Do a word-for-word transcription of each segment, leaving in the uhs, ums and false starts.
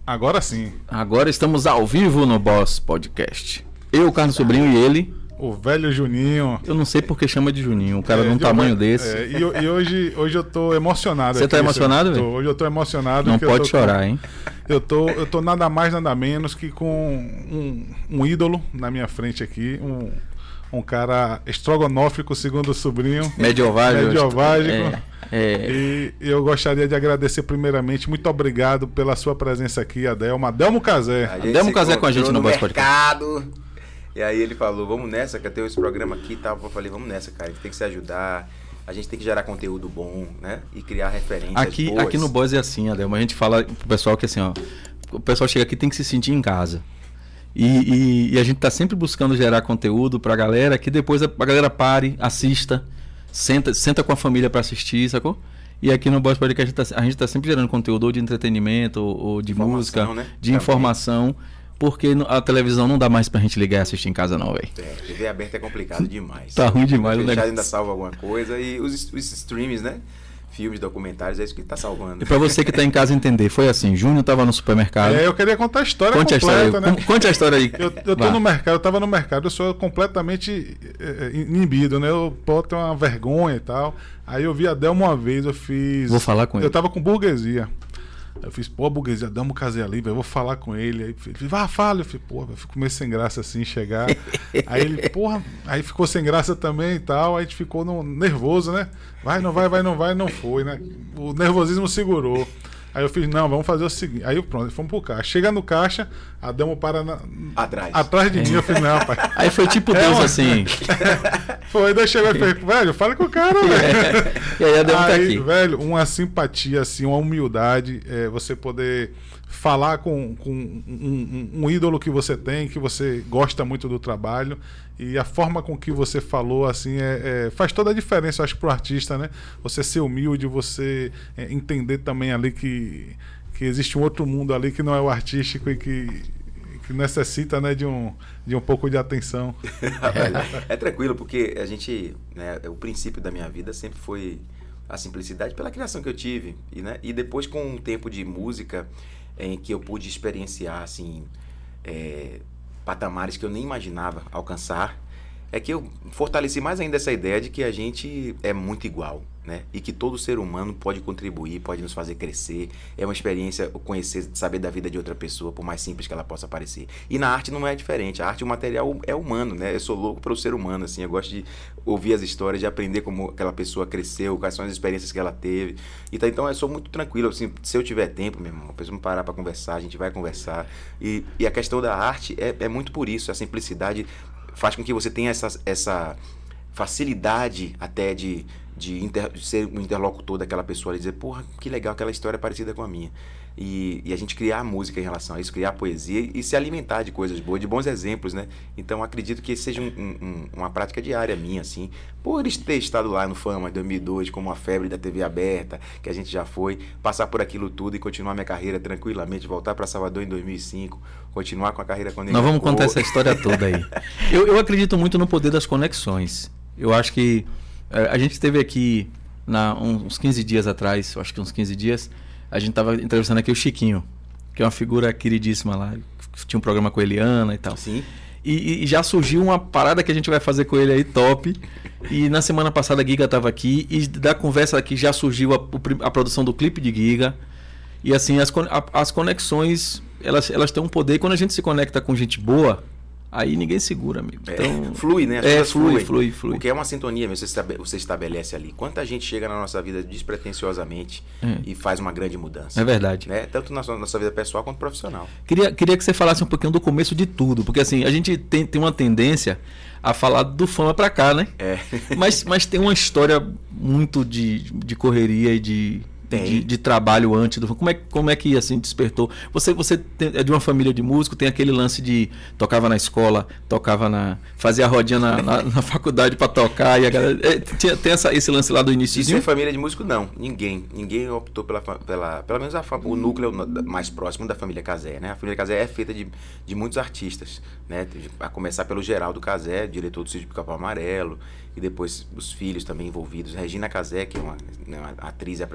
Agora sim. Agora estamos ao vivo no Boss Podcast. Eu, Carlos Sobrinho e ele... O velho Juninho. Eu não sei porque chama de Juninho, um cara é, de um de tamanho eu, desse. É, e, e hoje, hoje eu tô emocionado. Você tá emocionado, velho? Hoje eu tô emocionado. Não pode chorar, com, hein? Eu tô, eu tô nada mais, nada menos que com um, um ídolo na minha frente aqui. Um, um cara estrogonófico, segundo o sobrinho. Mediovágico. Mediovágico. É, é. E eu gostaria de agradecer primeiramente. Muito obrigado pela sua presença aqui, Adelmo. Adelmo Cazé. Adelmo Cazé com a gente no, no Boss Podcast. E aí ele falou, vamos nessa, que eu tenho esse programa aqui e tal. Eu falei, vamos nessa, cara, a gente tem que se ajudar, a gente tem que gerar conteúdo bom, né? E criar referências aqui, boas. aqui no Boss é assim, Adelmo, a gente fala pro pessoal que assim, ó, o pessoal chega aqui tem que se sentir em casa. E, e, e a gente tá sempre buscando gerar conteúdo pra galera, que depois a, a galera pare, assista, senta, senta com a família pra assistir, sacou? E aqui no Boss Podcast a gente tá, a gente tá sempre gerando conteúdo ou de entretenimento, ou, ou de informação, música, né? de Também. Informação. Porque a televisão não dá mais pra gente ligar e assistir em casa não, velho. É, T V aberta é complicado demais. Tá ruim demais. O negócio ainda salva alguma coisa e os, os streams, né? Filmes, documentários, é isso que tá salvando. E pra você que tá em casa entender, foi assim, Júnior tava no supermercado. É, eu queria contar a história conte completa, a história, né? Conte a história aí. Eu, eu tô Vá. no mercado, eu tava no mercado, eu sou completamente é, inibido, né? Eu posso ter uma vergonha e tal. Aí eu vi a Adelmo uma vez, eu fiz... Vou falar com ele. Eu tava com burguesia. Eu fiz, pô, burguesia, Adelmo Cazé ali, velho, eu vou falar com ele. Aí ele falou, vá, fala. Eu falei, pô, eu fico meio sem graça assim, chegar. Aí ele, porra, aí ficou sem graça também e tal. Aí a gente ficou no, nervoso, né? Vai, não vai, vai, não vai, não foi, né? O nervosismo segurou. Aí eu fiz, não, vamos fazer o seguinte. Aí pronto, fomos pro caixa. Chega no caixa, a Adelmo para na, atrás. atrás de mim. Eu falei, não, pai. Aí foi tipo Deus, é uma... assim. Foi, daí chegou e fez, velho, fala com o cara, velho. É. E aí a Adelmo tá aqui. Velho, uma simpatia, assim, uma humildade, é, você poder falar com, com um, um, um ídolo que você tem, que você gosta muito do trabalho. E a forma com que você falou, assim, é, é, faz toda a diferença, eu acho, pro artista, né? Você ser humilde, você é, entender também ali que, que existe um outro mundo ali que não é o artístico e que, que necessita, né, de um, de um pouco de atenção. É, é tranquilo, porque a gente, né, o princípio da minha vida sempre foi a simplicidade pela criação que eu tive. E, né, e depois, com um tempo de música em que eu pude experienciar, assim... É, patamares que eu nem imaginava alcançar, é que eu fortaleci mais ainda essa ideia de que a gente é muito igual, né? E que todo ser humano pode contribuir, pode nos fazer crescer. É uma experiência conhecer, saber da vida de outra pessoa, por mais simples que ela possa parecer. E na arte não é diferente. A arte, o material é humano, né? Eu sou louco pelo ser humano, assim. Eu gosto de ouvir as histórias, de aprender como aquela pessoa cresceu, quais são as experiências que ela teve. Então, então eu sou muito tranquilo, assim. Se eu tiver tempo, meu irmão, a pessoa me parar para conversar, a gente vai conversar. E, e a questão da arte é, é muito por isso. A simplicidade faz com que você tenha essa, essa facilidade até de, de, inter, de ser um interlocutor daquela pessoa e dizer, porra, que legal, aquela história é parecida com a minha. E, e a gente criar música em relação a isso, criar poesia e, e se alimentar de coisas boas, de bons exemplos, né? Então acredito que seja um, um, uma prática diária minha, assim, por ter estado lá no Fama em dois mil e dois, como a febre da T V aberta, que a gente já foi, passar por aquilo tudo e continuar minha carreira tranquilamente, voltar para Salvador em dois mil e cinco, continuar com a carreira quando Nós vamos contar essa história toda aí. Eu, eu acredito muito no poder das conexões. Eu acho que é, a gente esteve aqui na, uns quinze dias atrás, acho que uns quinze dias, a gente estava entrevistando aqui o Chiquinho, que é uma figura queridíssima lá, tinha um programa com a Eliana e tal. Sim. E, e já surgiu uma parada que a gente vai fazer com ele aí, top. E na semana passada a Giga estava aqui, e da conversa aqui já surgiu a, a produção do clipe de Giga. E assim, as, a, as conexões, elas, elas têm um poder, e quando a gente se conecta com gente boa, aí ninguém segura, amigo. Então, é, flui, né? As é, coisas flui, fluem. flui, flui. Porque é uma sintonia, você estabelece, você estabelece ali. Quanta gente chega na nossa vida despretensiosamente é. e faz uma grande mudança. É verdade. Né? Tanto na nossa, nossa vida pessoal quanto profissional. Queria, queria que você falasse um pouquinho do começo de tudo, porque assim, a gente tem, tem uma tendência a falar do Fama pra cá, né? É. Mas, mas tem uma história muito de, de correria e de... De, de trabalho antes do como é, como é que assim despertou? Você, você tem, é de uma família de músico, tem aquele lance de tocava na escola, tocava na. Fazia a rodinha na, na, na faculdade para tocar, e a galera. É, tem tem essa, esse lance lá do início. Isso é família de músico, não. Ninguém. Ninguém optou pela. pela pelo menos a, o núcleo mais próximo da família Cazé, né? A família Cazé é feita de, de muitos artistas, né? A começar pelo Geraldo Cazé, diretor do Sítio do Capão Amarelo, e depois os filhos também envolvidos. Regina Cazé, que é uma, uma atriz e apresentadora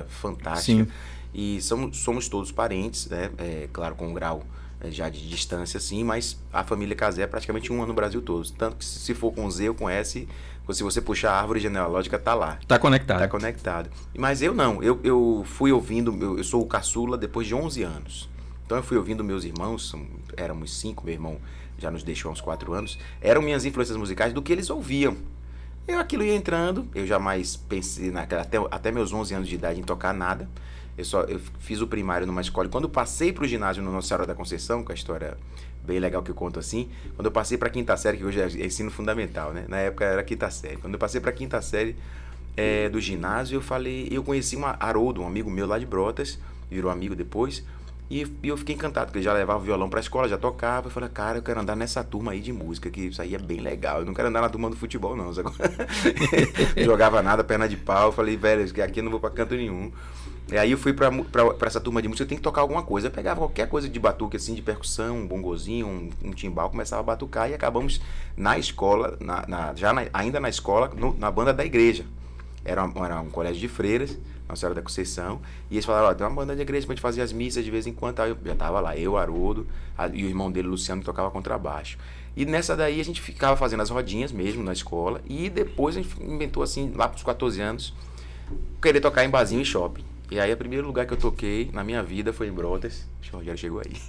história fantástica. Sim. E somos, somos todos parentes, né? É, claro, com um grau é, já de distância, assim, mas a família Cazé é praticamente uma no Brasil todo. Tanto que se for com Z ou com S, se você puxar a árvore genealógica, tá lá. Tá conectado. Tá conectado. Mas eu não, eu, eu fui ouvindo, eu, eu sou o caçula depois de onze anos. Então eu fui ouvindo meus irmãos, éramos cinco, meu irmão já nos deixou há uns quatro anos, eram minhas influências musicais do que eles ouviam. Eu aquilo ia entrando, eu jamais pensei, na, até, até meus onze anos de idade, em tocar nada. Eu, só, eu fiz o primário numa escola, e quando eu passei para o ginásio no Nossa Senhora da Conceição, com a história bem legal que eu conto assim, quando eu passei para a quinta série, que hoje é ensino fundamental, né? Na época era quinta série. Quando eu passei para a quinta série é, do ginásio, eu falei, eu conheci uma Haroldo, um amigo meu lá de Brotas, virou amigo depois, e, e eu fiquei encantado, porque ele já levava o violão para a escola, já tocava. Eu falei, cara, eu quero andar nessa turma aí de música, que isso aí é bem legal. Eu não quero andar na turma do futebol, não. Não jogava nada, perna de pau. Eu falei, velho, aqui eu não vou para canto nenhum. E aí eu fui pra, pra, pra essa turma de música, eu tenho que tocar alguma coisa. Eu pegava qualquer coisa de batuque, assim, de percussão, um bongozinho, um, um timbal, começava a batucar e acabamos na escola, na, na, já na, ainda na escola, no, na banda da igreja. Era, uma, era um colégio de freiras, Nossa Senhora da Conceição, e eles falaram, ó, tem uma banda de igreja pra gente fazer as missas de vez em quando. Aí eu já tava lá, eu, Haroldo, a, e o irmão dele, Luciano, que tocava contrabaixo. E nessa daí a gente ficava fazendo as rodinhas mesmo na escola, e depois a gente inventou assim, lá pros quatorze anos, querer tocar em barzinho e shopping. E aí, o primeiro lugar que eu toquei na minha vida foi em Brotas. Acho que o Rogério chegou aí.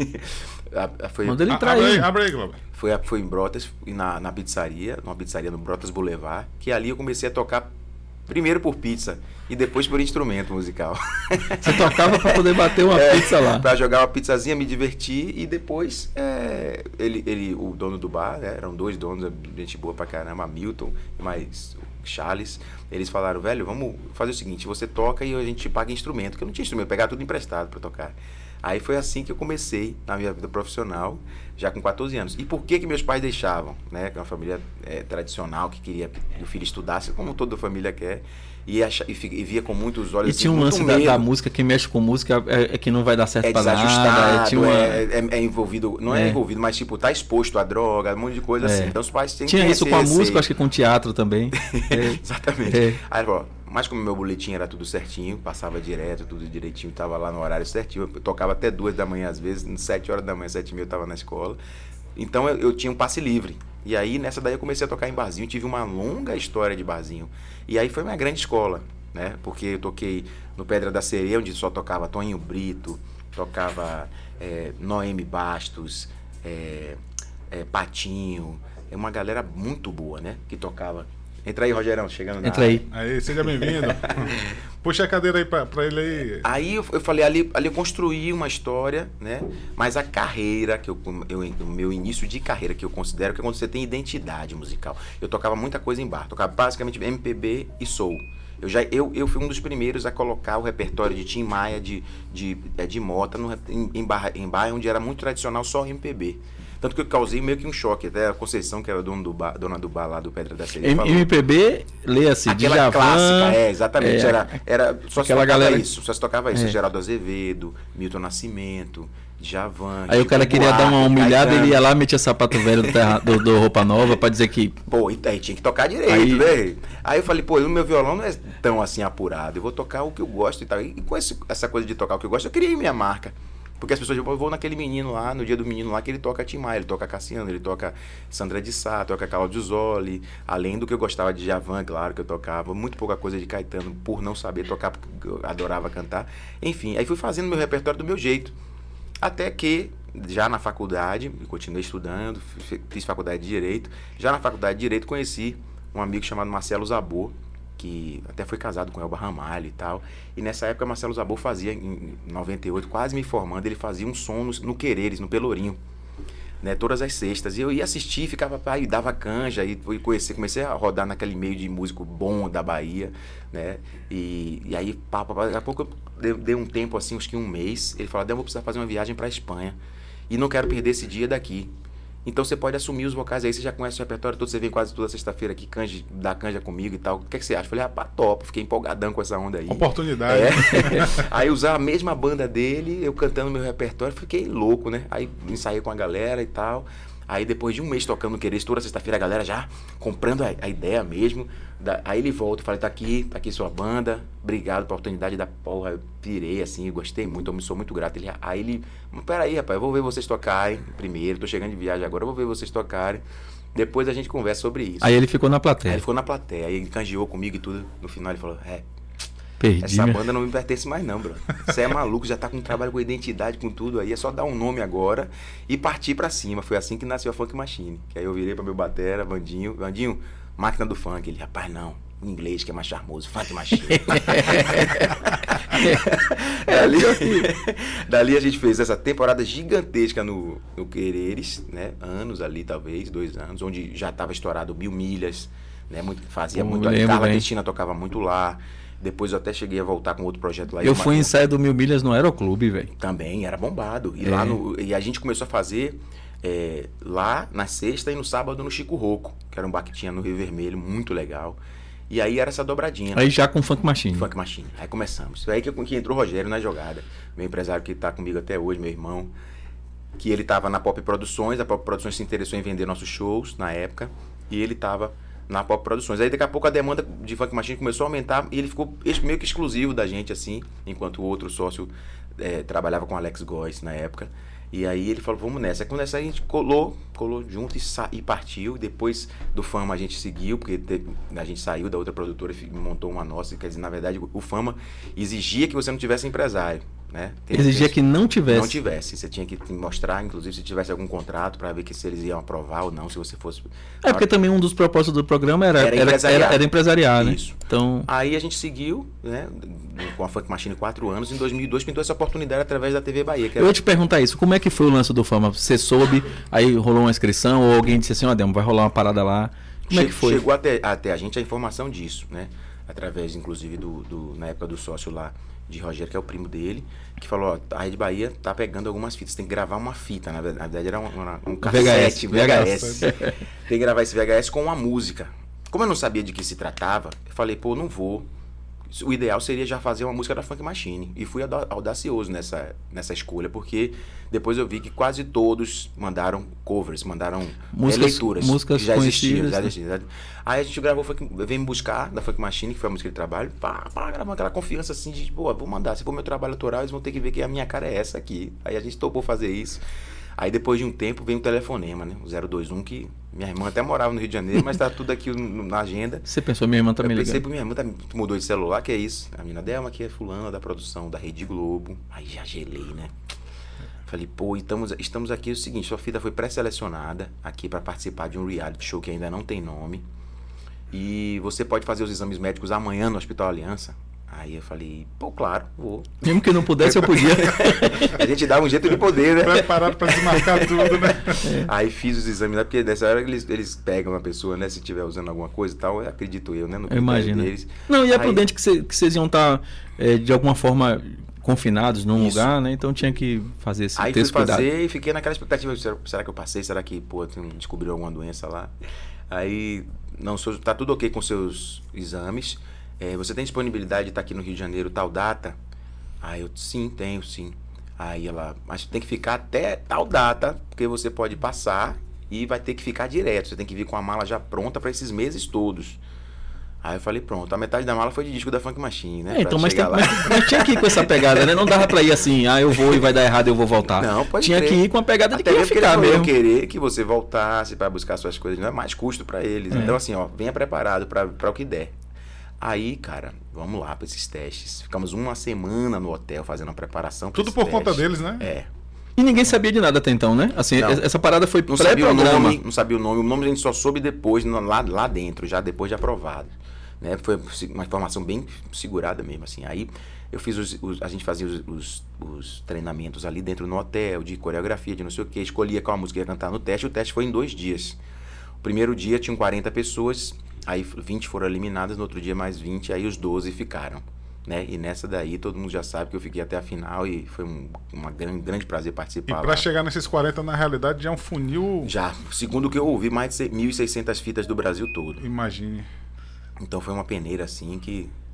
foi, Manda ele entrar abre aí. Abre aí, Glauber. Foi, foi em Brotas, na, na pizzaria, numa pizzaria no Brotas Boulevard, que ali eu comecei a tocar primeiro por pizza e depois por instrumento musical. Você tocava para poder bater uma é, pizza lá. Pra jogar uma pizzazinha, me divertir, e depois é, ele, ele, o dono do bar, né, eram dois donos, gente boa pra caramba, Milton e mais Charles. Eles falaram, velho, vamos fazer o seguinte, você toca e a gente paga instrumento, que eu não tinha instrumento, eu pegava tudo emprestado para tocar. Aí foi assim que eu comecei na minha vida profissional, já com quatorze anos. E por que que meus pais deixavam, né? Que é uma família é, tradicional, que queria que o filho estudasse, como toda família quer, e, acha, e, e via com muitos olhos e assim, tinha um lance da, da música, quem mexe com música é, é que não vai dar certo é pra desajustado, nada. É, tinha uma... é, é, é envolvido, não é. É. envolvido, mas tipo, tá exposto a droga, um monte de coisa É. assim. Então os pais têm Tinha que isso com a música, acho que com teatro também. É. Exatamente. É. Aí, ó, mas como meu boletim era tudo certinho, passava direto, tudo direitinho, tava lá no horário certinho, eu tocava até duas da manhã às vezes, sete horas da manhã, sete e meia eu tava na escola. Então eu, eu tinha um passe livre. E aí nessa daí eu comecei a tocar em barzinho, tive uma longa história de barzinho. E aí foi minha grande escola, né? Porque eu toquei no Pedra da Sereia, onde só tocava Toninho Brito, tocava é, Noemi Bastos, é, é, Patinho, é uma galera muito boa, né? Que tocava. Entra aí, Rogerão, chegando na Entra aí. Aí, seja bem-vindo. Puxa a cadeira aí pra, pra ele aí. Aí eu, eu falei, ali, ali eu construí uma história, né? Mas a carreira, que eu, eu, o meu início de carreira, que eu considero que é quando você tem identidade musical. Eu tocava muita coisa em bar, tocava basicamente M P B e soul. Eu, já, eu, eu fui um dos primeiros a colocar o repertório de Tim Maia, de, de, de, de Mota, no, em, em, bar, em bar, onde era muito tradicional só M P B. Tanto que eu causei meio que um choque. Até a Conceição, que era dono do bar, dona do bar lá do Pedra da Sereia, M P B, leia-se, aquela Djavan, clássica, é, exatamente. É, era, era, só se aquela tocava galera... isso, só se tocava isso. É. Geraldo Azevedo, Milton Nascimento, Djavan. Aí o cara queria Buarque, dar uma humilhada, Caetano. ele ia lá, metia sapato velho do, terra, do, do Roupa Nova pra dizer que... Pô, e aí tinha que tocar direito, Aí- né? Aí eu falei, pô, o meu violão não é tão assim apurado, eu vou tocar o que eu gosto e tal. E com esse- essa coisa de tocar o que eu gosto, eu criei minha marca. Porque as pessoas dizem, eu vou naquele menino lá, no dia do menino lá, que ele toca Tim Maia, ele toca Cassiano, ele toca Sandra de Sá, toca Cláudio Zoli, além do que eu gostava de Djavan, claro que eu tocava, muito pouca coisa de Caetano, por não saber tocar, porque eu adorava cantar. Enfim, aí fui fazendo meu repertório do meu jeito. Até que, já na faculdade, eu continuei estudando, fi- fiz faculdade de Direito, já na faculdade de Direito conheci um amigo chamado Marcelo Zabor, que até foi casado com Elba Ramalho e tal. E nessa época Marcelo Zabor fazia, em noventa e oito, quase me formando, ele fazia um som no, no Quereres, no Pelourinho, né, todas as sextas. E eu ia assistir, ficava, aí dava canja, e fui conhecer, comecei a rodar naquele meio de músico bom da Bahia, né? E, e aí, pá, pá, pá, daqui a pouco eu dei, dei um tempo, assim, acho que um mês, ele falou, eu vou precisar fazer uma viagem para Espanha. E não quero perder esse dia daqui. Então você pode assumir os vocais aí, você já conhece o repertório todo, você vem quase toda sexta-feira aqui, canja, dá canja comigo e tal. O que, é que você acha? Eu falei, rapaz, top, fiquei empolgadão com essa onda aí. Oportunidade. É. Aí usar a mesma banda dele, eu cantando meu repertório, fiquei louco, né? Aí ensaiei com a galera e tal. Aí depois de um mês tocando no Querês, toda sexta-feira a galera já comprando a, a ideia mesmo. Da, aí ele volta e fala, tá aqui, tá aqui sua banda, obrigado pela oportunidade da porra. Eu pirei assim, gostei muito, eu me sou muito grato. Ele, aí ele, peraí rapaz, eu vou ver vocês tocarem primeiro, tô chegando de viagem agora, eu vou ver vocês tocarem. Depois a gente conversa sobre isso. Aí ele ficou na plateia. Aí ele ficou na plateia, aí ele canjeou comigo e tudo. No final ele falou, é... Perdi, essa né? banda não me pertence mais não, bro. Você é maluco, já tá com trabalho, com identidade, com tudo aí. É só dar um nome agora e partir pra cima. Foi assim que nasceu a Funk Machine. Que aí eu virei pra meu batera, Vandinho. Vandinho, máquina do funk. Ele, rapaz, não. Em inglês, que é mais charmoso. Funk Machine. dali, dali a gente fez essa temporada gigantesca no, no Quereres, né? Anos ali, talvez, dois anos. Onde já tava estourado Mil Milhas, né? Muito, fazia Pô, muito. A lembro Carla bem. Cristina tocava muito lá. Depois eu até cheguei a voltar com outro projeto lá. Eu fui em ensaio do Mil Milhas no Aeroclube, velho. Também, era bombado. E, É. lá no, e a gente começou a fazer é, lá na sexta e no sábado no Chico Rocco, que era um bar que tinha no Rio Vermelho, muito legal. E aí era essa dobradinha. Aí já com Funk Machine. Funk Machine. Aí começamos. Foi aí que, que entrou o Rogério na jogada. Meu empresário que tá comigo até hoje, meu irmão. Que ele tava na Pop Produções. A Pop Produções se interessou em vender nossos shows na época. E ele tava na Pop Produções. Aí daqui a pouco a demanda de Funk Machine começou a aumentar e ele ficou ex- meio que exclusivo da gente, assim, enquanto o outro sócio eh, trabalhava com Alex Góes na época. E aí ele falou, vamos nessa. Aí quando nessa a gente colou, colou junto e, sa- e partiu. Depois do Fama a gente seguiu, porque teve- a gente saiu da outra produtora e fi- montou uma nossa. Quer dizer, na verdade, o Fama exigia que você não tivesse empresário, né? Tem- Exigia tem- que não tivesse. não tivesse. Você tinha que mostrar, inclusive, se tivesse algum contrato para ver que se eles iam aprovar ou não, se você fosse... É porque também um dos propósitos do programa era, Era era, era, empresariar. era empresariar, né? Isso. Então, Aí a gente seguiu, né, com a Funk Machine quatro anos. Em dois mil e dois pintou essa oportunidade através da T V Bahia. Que eu era... ia te perguntar isso. Como é que foi o lance do Fama? Você soube, aí rolou uma inscrição, ou alguém disse assim, ó, Demo, vai rolar uma parada lá. Como é Che- que foi? Chegou até, até a gente a informação disso, né? Através, inclusive, do, do, na época do sócio lá, de Rogério, que é o primo dele, que falou, ó, a Rede Bahia tá pegando algumas fitas, tem que gravar uma fita, na verdade, na verdade era um, uma- um cassete, V H S. Tem que gravar esse V H S com uma música. Como eu não sabia de que se tratava, eu falei, pô, não vou. O ideal seria já fazer uma música da Funk Machine. E fui auda- audacioso nessa, nessa escolha, porque depois eu vi que quase todos mandaram covers, mandaram Músicas- é, leituras. músicas que já existiam, conhecidas, já né? existiam. Aí a gente gravou, Funk- Vem Me Buscar, da Funk Machine, que foi a música de trabalho. Pá, pá, gravando aquela confiança assim de, pô, vou mandar. Se for meu trabalho autoral, eles vão ter que ver que a minha cara é essa aqui. Aí a gente topou fazer isso. Aí depois de um tempo veio um telefonema, né? O zero dois um, que minha irmã até morava no Rio de Janeiro, mas tá tudo aqui no- na agenda. Você pensou, minha irmã tá Eu me pensei ligando. pra minha irmã, tá, tu mudou de celular, que é isso? A mina Delma, que é fulana da produção da Rede Globo. Aí já gelei, né? Falei, pô, estamos, estamos aqui, é o seguinte, sua filha foi pré-selecionada aqui para participar de um reality show que ainda não tem nome. E você pode fazer os exames médicos amanhã no Hospital Aliança. Aí eu falei, pô, claro, vou. Mesmo que não pudesse, eu podia. A gente dá um jeito de poder, né? Preparado para desmarcar tudo, né? Aí fiz os exames lá, porque dessa hora eles, eles pegam a pessoa, né? Se estiver usando alguma coisa e tal, eu acredito eu, né? No Eu critério imagino. deles. Não, e é Aí- prudente que cê- que vocês iam estar, de alguma forma, confinados num Isso. lugar, né? Então tinha que fazer esse, Aí ter fui esse cuidado. fazer e fiquei naquela expectativa, será, será que eu passei? Será que, pô, tem- descobriu alguma doença lá? Aí, não, sou- tá tudo ok com seus exames. É, você tem disponibilidade de estar aqui no Rio de Janeiro tal data? Aí eu, sim, tenho, sim. Aí ela, mas tem que ficar até tal data, porque você pode passar e vai ter que ficar direto. Você tem que vir com a mala já pronta para esses meses todos. Aí eu falei, pronto, a metade da mala foi de disco da Funk Machine, né? É, pra então, mas, tem, chegar lá. mas, mas tinha que ir com essa pegada, né? Não dava pra ir assim, ah, eu vou e vai dar errado, eu vou voltar. Não, pode Tinha crer. que ir com a pegada de Até que ia mesmo porque ficar eles não iam mesmo. querer que você voltasse para buscar suas coisas, não é mais custo para eles. É. Então, assim, ó, venha preparado para o que der. Aí, cara, vamos lá para esses testes. Ficamos uma semana no hotel fazendo a preparação. pra Tudo esse por conta teste. deles, né? É. E ninguém sabia de nada até então, né? Assim, Não. essa parada foi Não sabia o pré-programa. nome, não sabia o nome. O nome a gente só soube depois, no- lá, lá dentro, já depois de aprovado. Né? Foi uma informação bem segurada mesmo, assim. Aí eu fiz os, os- a gente fazia os, os, os treinamentos ali dentro no hotel, de coreografia, de não sei o que, escolhia qual música ia cantar no teste. O teste foi em dois dias. O primeiro dia tinham quarenta pessoas, aí vinte foram eliminadas, no outro dia mais vinte, aí os doze ficaram. Né? E nessa daí todo mundo já sabe que eu fiquei até a final e foi um uma grande, grande prazer E participar. para lá. chegar nesses quarenta, na realidade, já é um funil. Já, segundo o que eu ouvi, mais de mil e seiscentas fitas do Brasil todo. Imagine. Então foi uma peneira assim que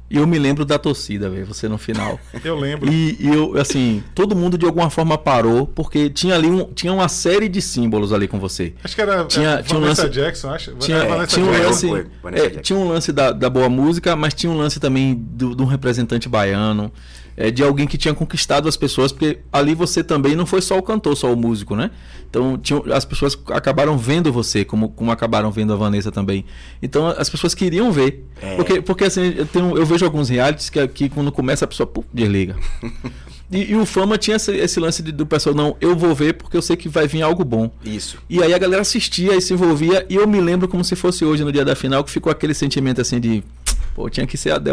E eu me lembro da torcida, velho, você no final. Eu lembro. E, e eu, assim, todo mundo de alguma forma parou, porque tinha ali um, tinha uma série de símbolos ali com você. Acho que era, tinha, era tinha um Vanessa lance, Jackson, acho. Tinha, era é, Vanessa tinha um Jackson. lance, Foi, é, tinha um lance da, da boa música, mas tinha um lance também do, de um representante baiano, é, de alguém que tinha conquistado as pessoas, porque ali você também não foi só o cantor, só o músico, né? Então tinha, as pessoas acabaram vendo você, como, como acabaram vendo a Vanessa também. Então as pessoas queriam ver. É. Porque, porque assim, eu, tenho, eu vejo alguns realities que, que quando começa a pessoa, pô, desliga. E, e o Fama tinha esse, esse lance de, do pessoal, não, eu vou ver porque eu sei que vai vir algo bom. Isso. E aí a galera assistia e se envolvia, e eu me lembro como se fosse hoje, no dia da final, que ficou aquele sentimento assim de, pô, tinha que ser a Adele.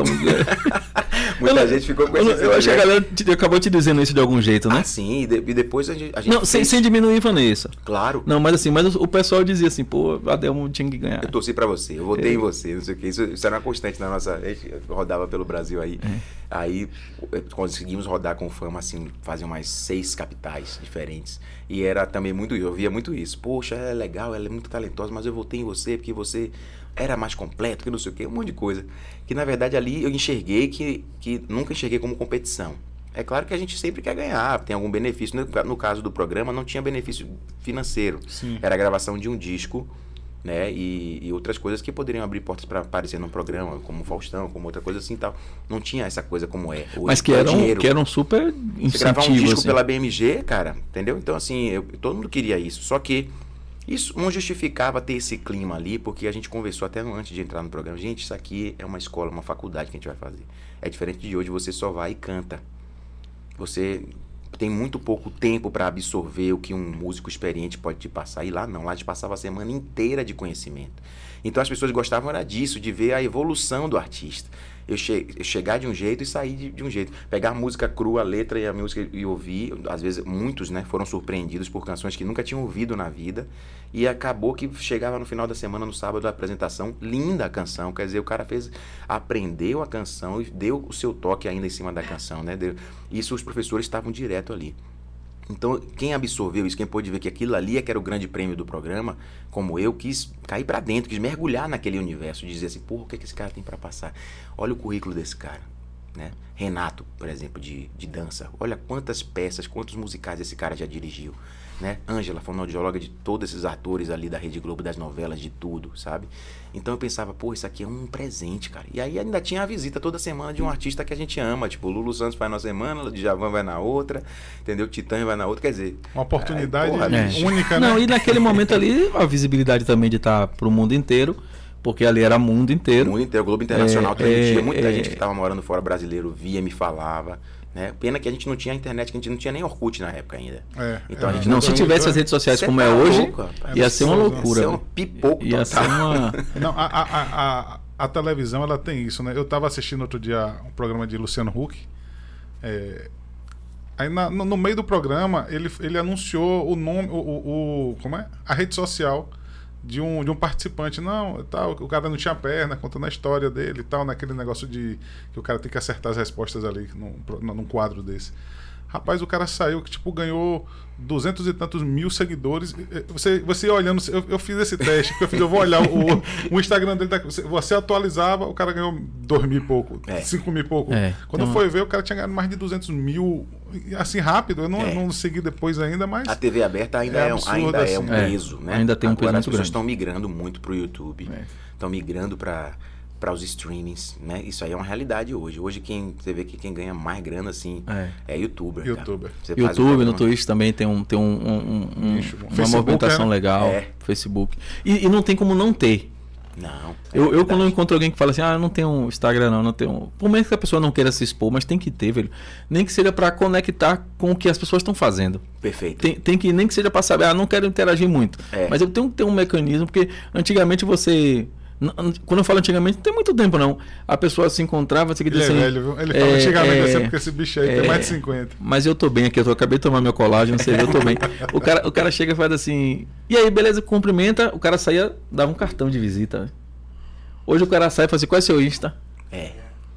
Muita eu, gente ficou com eu, esse eu acho que a galera te, acabou te dizendo isso de algum jeito, né? Ah, sim, e, de, e depois a gente, a gente Não, fez... sem, sem diminuir Vanessa. Claro. Não, mas assim, mas o, o pessoal dizia assim, pô, a Adele tinha que ganhar. Eu torci pra você, eu votei É. em você, não sei o que. Isso, isso era uma constante na nossa. A gente rodava pelo Brasil aí. É. Aí conseguimos rodar com Fama, assim, fazer umas seis capitais diferentes. E era também muito isso, eu via muito isso. Poxa, ela é legal, ela é muito talentosa, mas eu votei em você porque você era mais completo, que não sei o que, um monte de coisa. Que na verdade ali eu enxerguei que, que nunca enxerguei como competição. É claro que a gente sempre quer ganhar, tem algum benefício. No, no caso do programa, não tinha benefício financeiro. Sim. Era a gravação de um disco, né? E, e outras coisas que poderiam abrir portas para aparecer num programa, como Faustão, como outra coisa assim e tal. Não tinha essa coisa como é. Hoje, Mas que é era, um, dinheiro. que era um super Você gravar um incentivo, disco assim. pela B M G, cara, entendeu? Então, assim, eu- todo mundo queria isso. Só que isso não justificava ter esse clima ali, porque a gente conversou até antes de entrar no programa. Gente, isso aqui é uma escola, uma faculdade que a gente vai fazer. É diferente de hoje, você só vai e canta. Você tem muito pouco tempo para absorver o que um músico experiente pode te passar. E lá não, lá a gente passava a semana inteira de conhecimento. Então as pessoas gostavam era disso, de ver a evolução do artista. Eu, che eu chegar de um jeito e sair de, de um jeito. Pegar a música crua, a letra e a música e ouvir. Às vezes, muitos, né, foram surpreendidos por canções que nunca tinham ouvido na vida. E acabou que chegava no final da semana, no sábado da apresentação, linda a canção. Quer dizer, o cara fez, aprendeu a canção e deu o seu toque ainda em cima da canção, né? Deu, isso os professores estavam direto ali. Então, quem absorveu isso, quem pôde ver que aquilo ali é que era o grande prêmio do programa, como eu, quis cair pra dentro, quis mergulhar naquele universo, dizer assim, porra, o que, é que esse cara tem pra passar? Olha o currículo desse cara, né? Renato, por exemplo, de, de dança. Olha quantas peças, quantos musicais esse cara já dirigiu, né? Ângela, fonoaudióloga de todos esses atores ali da Rede Globo, das novelas, de tudo, sabe? Então eu pensava, pô, isso aqui é um presente, cara. E aí ainda tinha a visita toda semana de um artista que a gente ama, tipo, o Lulu Santos vai na semana, o Djavan vai na outra, entendeu? O Titã vai na outra, quer dizer... Uma oportunidade Ai, porra, É. bicho. única, né? Não, e naquele momento ali, a visibilidade também de estar pro mundo inteiro, porque ali era mundo O inteiro. mundo inteiro, o Globo Internacional É, transmitia, é, muita é. gente que estava morando fora brasileiro via, me falava, né? Pena que a gente não tinha internet, que a gente não tinha nem Orkut na época ainda. É, Então a é. gente Não, se Então, tivesse as redes sociais Cê como tá é hoje, louco, rapaz. ia ser uma Absurdo. loucura. Isso é um velho. pipoco Ia ser total. uma... Não, a, a, a, a, a televisão ela tem isso, né? Eu estava assistindo outro dia um programa de Luciano Huck. É, aí na- no, no meio do programa ele, ele anunciou o nome, o, o, o- como é? A rede social de um, de um participante. Não, tal, o cara não tinha perna, contando a história dele e tal, naquele negócio de que o cara tem que acertar as respostas ali num, pro- num quadro desse. Rapaz, o cara saiu que tipo ganhou duzentos e tantos mil seguidores. Você, você olhando, eu, eu fiz esse teste, porque eu fiz, eu vou olhar o, o Instagram dele. Você, você atualizava, o cara ganhou dois mil e pouco, É. cinco mil e pouco. É, Quando então- foi ver, o cara tinha ganhado mais de duzentos mil, assim rápido. Eu não, É. não segui depois ainda, mas A T V aberta ainda É é, um, absurdo, ainda é um assim. É, peso, né? ainda tem um peso Agora as muito pessoas grande. estão migrando muito pro YouTube, É. estão migrando para para os streamings, né? Isso aí é uma realidade hoje. Hoje quem você vê que quem ganha mais grana assim É. é, youtuber. cara. YouTuber. Você faz um YouTube, no programa- Twitch também tem, um, tem um, um- um- Nicho. uma Facebook, movimentação é, né? legal. É. Facebook. E, e não tem como não ter. Não. é Eu, eu verdade. quando eu encontro alguém que fala assim, ah, eu não tenho Instagram não, não tenho... Por menos que a pessoa não queira se expor, mas tem que ter, velho. Nem que seja pra conectar com o que as pessoas estão fazendo. Perfeito. Tem, tem que, nem que seja pra saber, ah, não quero interagir muito. É. Mas eu tenho que ter um mecanismo, porque antigamente você... n- n- Quando eu falo antigamente, não tem muito tempo não. A pessoa se encontrava, você ele diz é assim... velho, viu? Ele fala é, antigamente é, assim, porque esse bicho aí tem é, mais de cinquenta. Mas eu tô bem aqui, eu tô, acabei de tomar meu colágeno, você vê, eu tô bem. O cara, o cara chega e faz assim, e aí, beleza, cumprimenta, o cara saía, dava um cartão de visita. Né? Hoje o cara sai e fala assim, qual é seu Insta? É.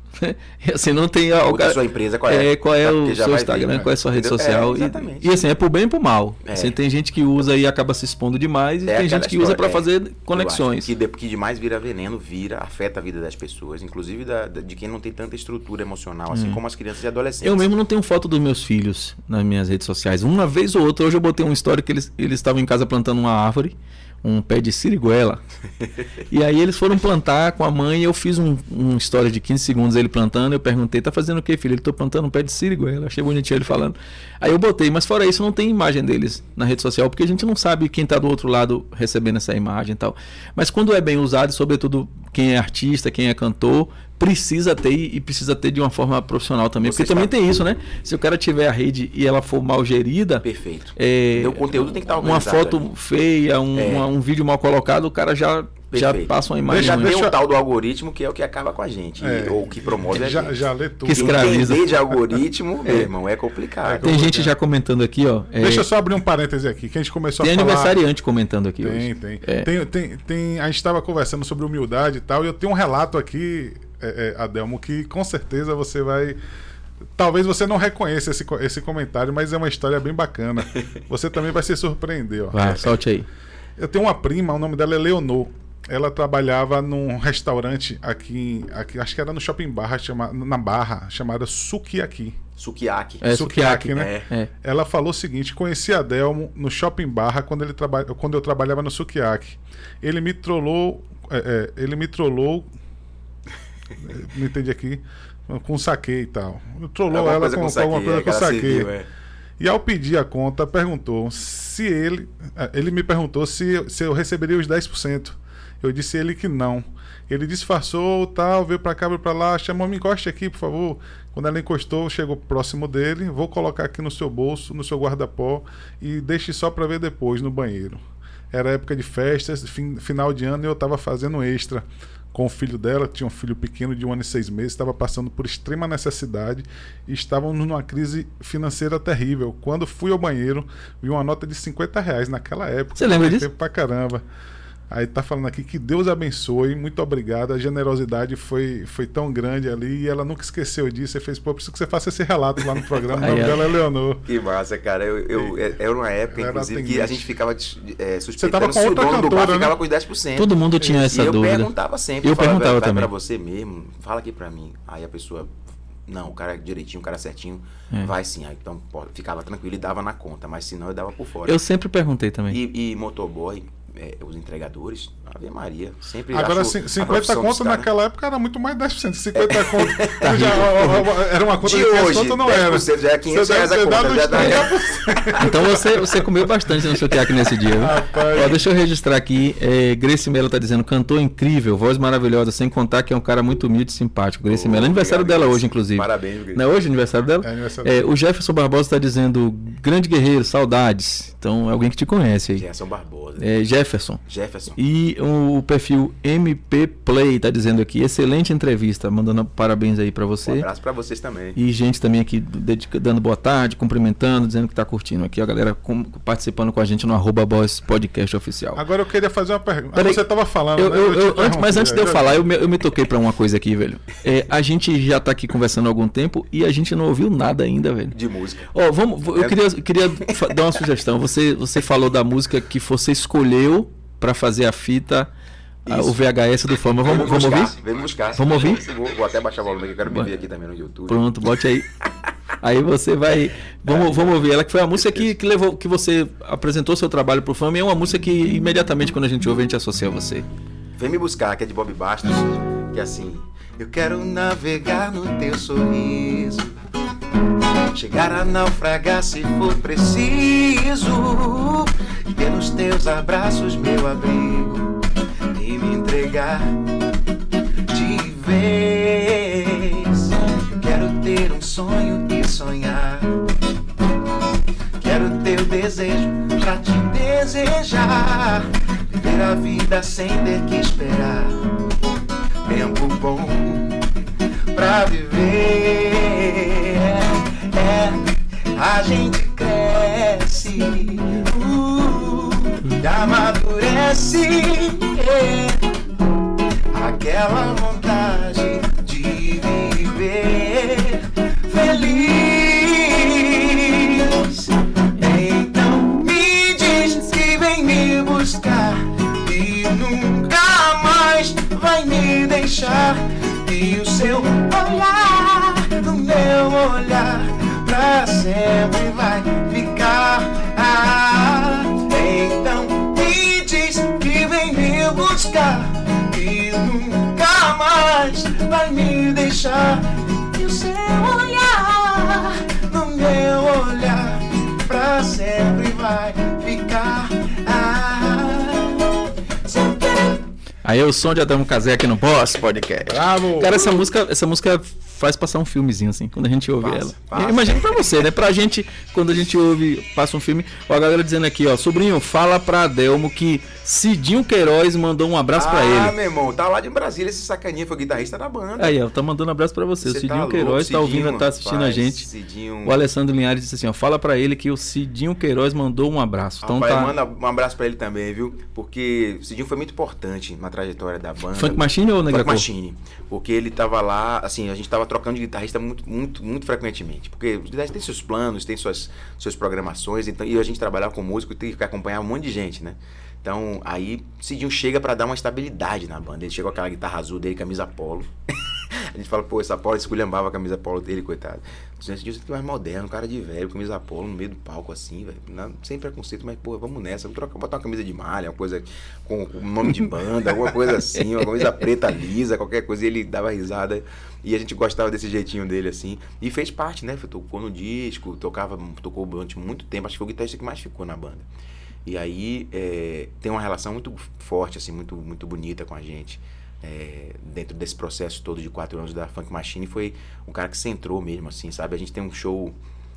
E assim, não tem... Ou o da cara, sua empresa, qual é? é qual é Tá, o porque já seu vai Instagram, vir, né? qual é a sua rede Entendeu? social. É, e, exatamente. e assim, é pro bem e pro mal. É. Assim, tem gente que usa e acaba se expondo demais, e É tem aquela gente que usa história, para é. fazer Eu acho conexões. Que, de, que demais vira veneno, vira, afeta a vida das pessoas, inclusive da, da- de quem não tem tanta estrutura emocional, assim como as crianças e adolescentes. Eu mesmo não tenho foto dos meus filhos nas minhas redes sociais. Uma vez ou outra, hoje eu botei uma história que eles eles estavam em casa plantando uma árvore, um pé de siriguela. E aí eles foram plantar com a mãe, eu fiz um, um história de quinze segundos ele plantando, eu perguntei, tá fazendo o que, filho? Ele tô plantando um pé de siriguela. Achei bonitinho ele falando. Aí eu botei, mas fora isso não tem imagem deles na rede social, porque a gente não sabe quem tá do outro lado recebendo essa imagem e tal. Mas quando é bem usado, sobretudo quem é artista, quem é cantor, precisa ter e precisa ter de uma forma profissional também. Você Porque também está- tem isso, né? Se o cara tiver a rede e ela for mal gerida, Perfeito. é, O conteúdo tem que estar uma organizado foto ali. feia, um, É. uma- um vídeo mal colocado, o cara já, já Perfeito. passa uma imagem Já ruim. tem Deixa- o tal do algoritmo que é o que acaba com a gente, É. ou que promove a Já, gente. já lê tudo. Que escraviza. Entender de algoritmo, meu irmão, é complicado. Tem gente já comentando aqui, ó. é, Deixa eu só abrir um parêntese aqui, que a gente começou tem a falar... aniversariante comentando aqui Tem, hoje. tem. É. tem, tem, tem. A gente estava conversando sobre humildade e tal, e eu tenho um relato aqui, é, é, Adelmo, que com certeza você vai. Talvez você não reconheça esse, co- esse comentário, mas é uma história bem bacana. Você também vai se surpreender. Ó. Vai, solte aí. Eu tenho uma prima, o nome dela é Leonor. Ela trabalhava num restaurante aqui, aqui acho que era no Shopping Barra, chama, na Barra, chamada Sukiyaki. Sukiyaki. É, Sukiyaki, sukiyaki, né? É. Ela falou o seguinte: conheci a Delmo no Shopping Barra quando, ele traba... quando eu trabalhava no Sukiyaki. Ele me trollou. é, é, ele me trollou. Não entendi aqui. Com saque e tal. Trollou Alguma ela coisa com, com com alguma saque, coisa com aquela saque. civil, é. E ao pedir a conta, perguntou se ele. Ele me perguntou se, se eu receberia os dez por cento. Eu disse a ele que não. Ele disfarçou, tal, veio pra cá, veio pra lá, chamou, me encoste aqui, por favor. Quando ela encostou, chegou próximo dele, vou colocar aqui no seu bolso, no seu guarda-pó, e deixe só pra ver depois, no banheiro. Era época de festas, fim, final de ano, e eu tava fazendo extra com o filho dela, tinha um filho pequeno de um ano e seis meses, estava passando por extrema necessidade e estavam numa crise financeira terrível. Quando fui ao banheiro, vi uma nota de cinquenta reais naquela época. Você lembra disso? Tempo pra caramba. Aí tá falando aqui que Deus abençoe, muito obrigado. A generosidade foi, foi tão grande ali e ela nunca esqueceu disso. Você fez, pô, preciso que você faça esse relato lá no programa. O Aí nome ela- dela é Leonor. Que massa, cara. Eu, eu, é- era uma época, Era inclusive, que atendente. a gente ficava é, Você tava suspeitando com se o outra dono do bar cantora, ficava né? com os dez por cento. Todo mundo tinha essa e eu dúvida. perguntava sempre. Eu falava, perguntava vai também. pra você mesmo, fala aqui pra mim. Aí a pessoa, não, o cara direitinho, o cara certinho, É. vai sim. Aí, então, pô, ficava tranquilo e dava na conta, mas senão eu dava por fora. Eu sempre perguntei também. E, e motoboy, é, os entregadores, Ave Maria, sempre Agora, acho cin- a cinquenta profissão dos conto caras- naquela época era muito mais dez por cento. cinquenta conto já, ó, ó, ó, era uma conta De de quinhentos hoje, conto, não dez era. por cento já é quinhentos Você deve reais a ter conta, dado já uns dá- trinta por cento. Então você, você comeu bastante no Sukiyaki nesse dia, viu? Rapaz. Ó, deixa eu registrar aqui. É, Grace Mello tá dizendo, cantor incrível, voz maravilhosa, sem contar que é um cara muito humilde e simpático. Grace Oh, Mello. Aniversário obrigado, dela Grace. hoje, inclusive. Parabéns, Grace. Não é hoje o aniversário dela? É aniversário É, dela. o Jefferson Barbosa está dizendo, grande guerreiro, saudades. Então é alguém que te conhece aí. Gerson Barbosa. É, Jefferson. Jefferson. E o perfil M P Play tá dizendo aqui, excelente entrevista, mandando parabéns aí para Um você. abraço pra vocês também. E gente também aqui dedica- dando boa tarde, cumprimentando, dizendo que tá curtindo aqui, a galera com- participando com a gente no arroba Boss Podcast Oficial. Agora eu queria fazer uma pergunta. Ah, Peraí. você tava falando, Eu- né? eu- te eu- antes- interrompi, mas antes de eu já- falar, eu me, eu me toquei pra uma coisa aqui, velho. É, a gente já tá aqui conversando há algum tempo e a gente não ouviu nada ainda, velho. De música. Ó, vamos, eu É. queria, queria fa- dar uma sugestão. Você, você falou da música que você escolheu pra fazer a fita, a- Isso. o V H S do Fama. Vamos, vamos buscar, ouvir? Vem me buscar. Vamos ouvir? Vou, vou até baixar o volume aqui, eu quero me ver aqui também no YouTube. Pronto, bote aí. Aí você vai. Vamos, vamos ouvir ela, que foi a música que, que levou, que você apresentou seu trabalho pro Fama e é uma música que imediatamente quando a gente ouve, a gente associa a você. Vem me buscar, que é de Bob Bastos, que é assim. Eu quero navegar no teu sorriso, chegar a naufragar se for preciso, ter nos teus abraços meu abrigo e me entregar de vez. Eu quero ter um sonho e sonhar, quero teu desejo pra te desejar, viver a vida sem ter que esperar, tempo bom pra viver. É, a gente cresce, uh, e amadurece, é, aquela vontade de viver. pra sempre vai ficar. Ah, então me diz que vem me buscar e nunca mais vai me deixar. E o seu olhar no meu olhar pra sempre vai ficar. Ah, se eu quero... Aí o som de Adamo Cazé aqui no Boss Podcast. Bravo! Cara, essa música, essa música faz passar um filmezinho, assim, quando a gente ouve Passa, ela. passa. Imagina pra você, né? Pra gente, quando a gente ouve, passa um filme. Ó, a galera dizendo aqui, ó, sobrinho, fala pra Adelmo que Cidinho Queiroz mandou um abraço ah, pra ele. Ah, meu irmão, tá lá de Brasília esse sacaninha, foi guitarrista da banda. Aí, ó, tá mandando um abraço pra você. Você o Cidinho tá Queiroz louco, tá ouvindo, Cidinho, tá assistindo rapaz, a gente. Cidinho... O Alessandro Linhares disse assim, ó, fala pra ele que o Cidinho Queiroz mandou um abraço. Então Rapaz, tá... manda um abraço pra ele também, viu? Porque o Cidinho foi muito importante na trajetória da banda. Funk Machine ou Negra Funk Cor? Machine. Porque ele tava lá, assim, a gente tava trocando de guitarrista muito, muito, muito frequentemente. Porque os guitarristas têm seus planos, têm suas, suas programações, então, e a gente trabalhava com músico e tem que acompanhar um monte de gente, né? Então, aí Cidinho chega pra dar uma estabilidade na banda. Ele chega com aquela guitarra azul dele, camisa polo. A gente fala, pô, essa polo esculhambava a camisa polo dele, coitado. Cidinho é mais moderno, cara de velho, camisa polo no meio do palco, assim, velho. Sem preconceito, mas, pô, vamos nessa. Vamos trocar, botar uma camisa de malha, uma coisa com o nome de banda, alguma coisa assim, uma camisa preta lisa, qualquer coisa. E ele dava risada. E a gente gostava desse jeitinho dele, assim. E fez parte, né? Tocou no disco, tocava, tocou durante muito tempo. Acho que foi o guitarrista que mais ficou na banda. E aí é, tem uma relação muito forte, assim, muito, muito bonita com a gente. É, dentro desse processo todo de quatro anos da Funk Machine, foi um cara que centrou mesmo, assim, sabe? A gente tem um show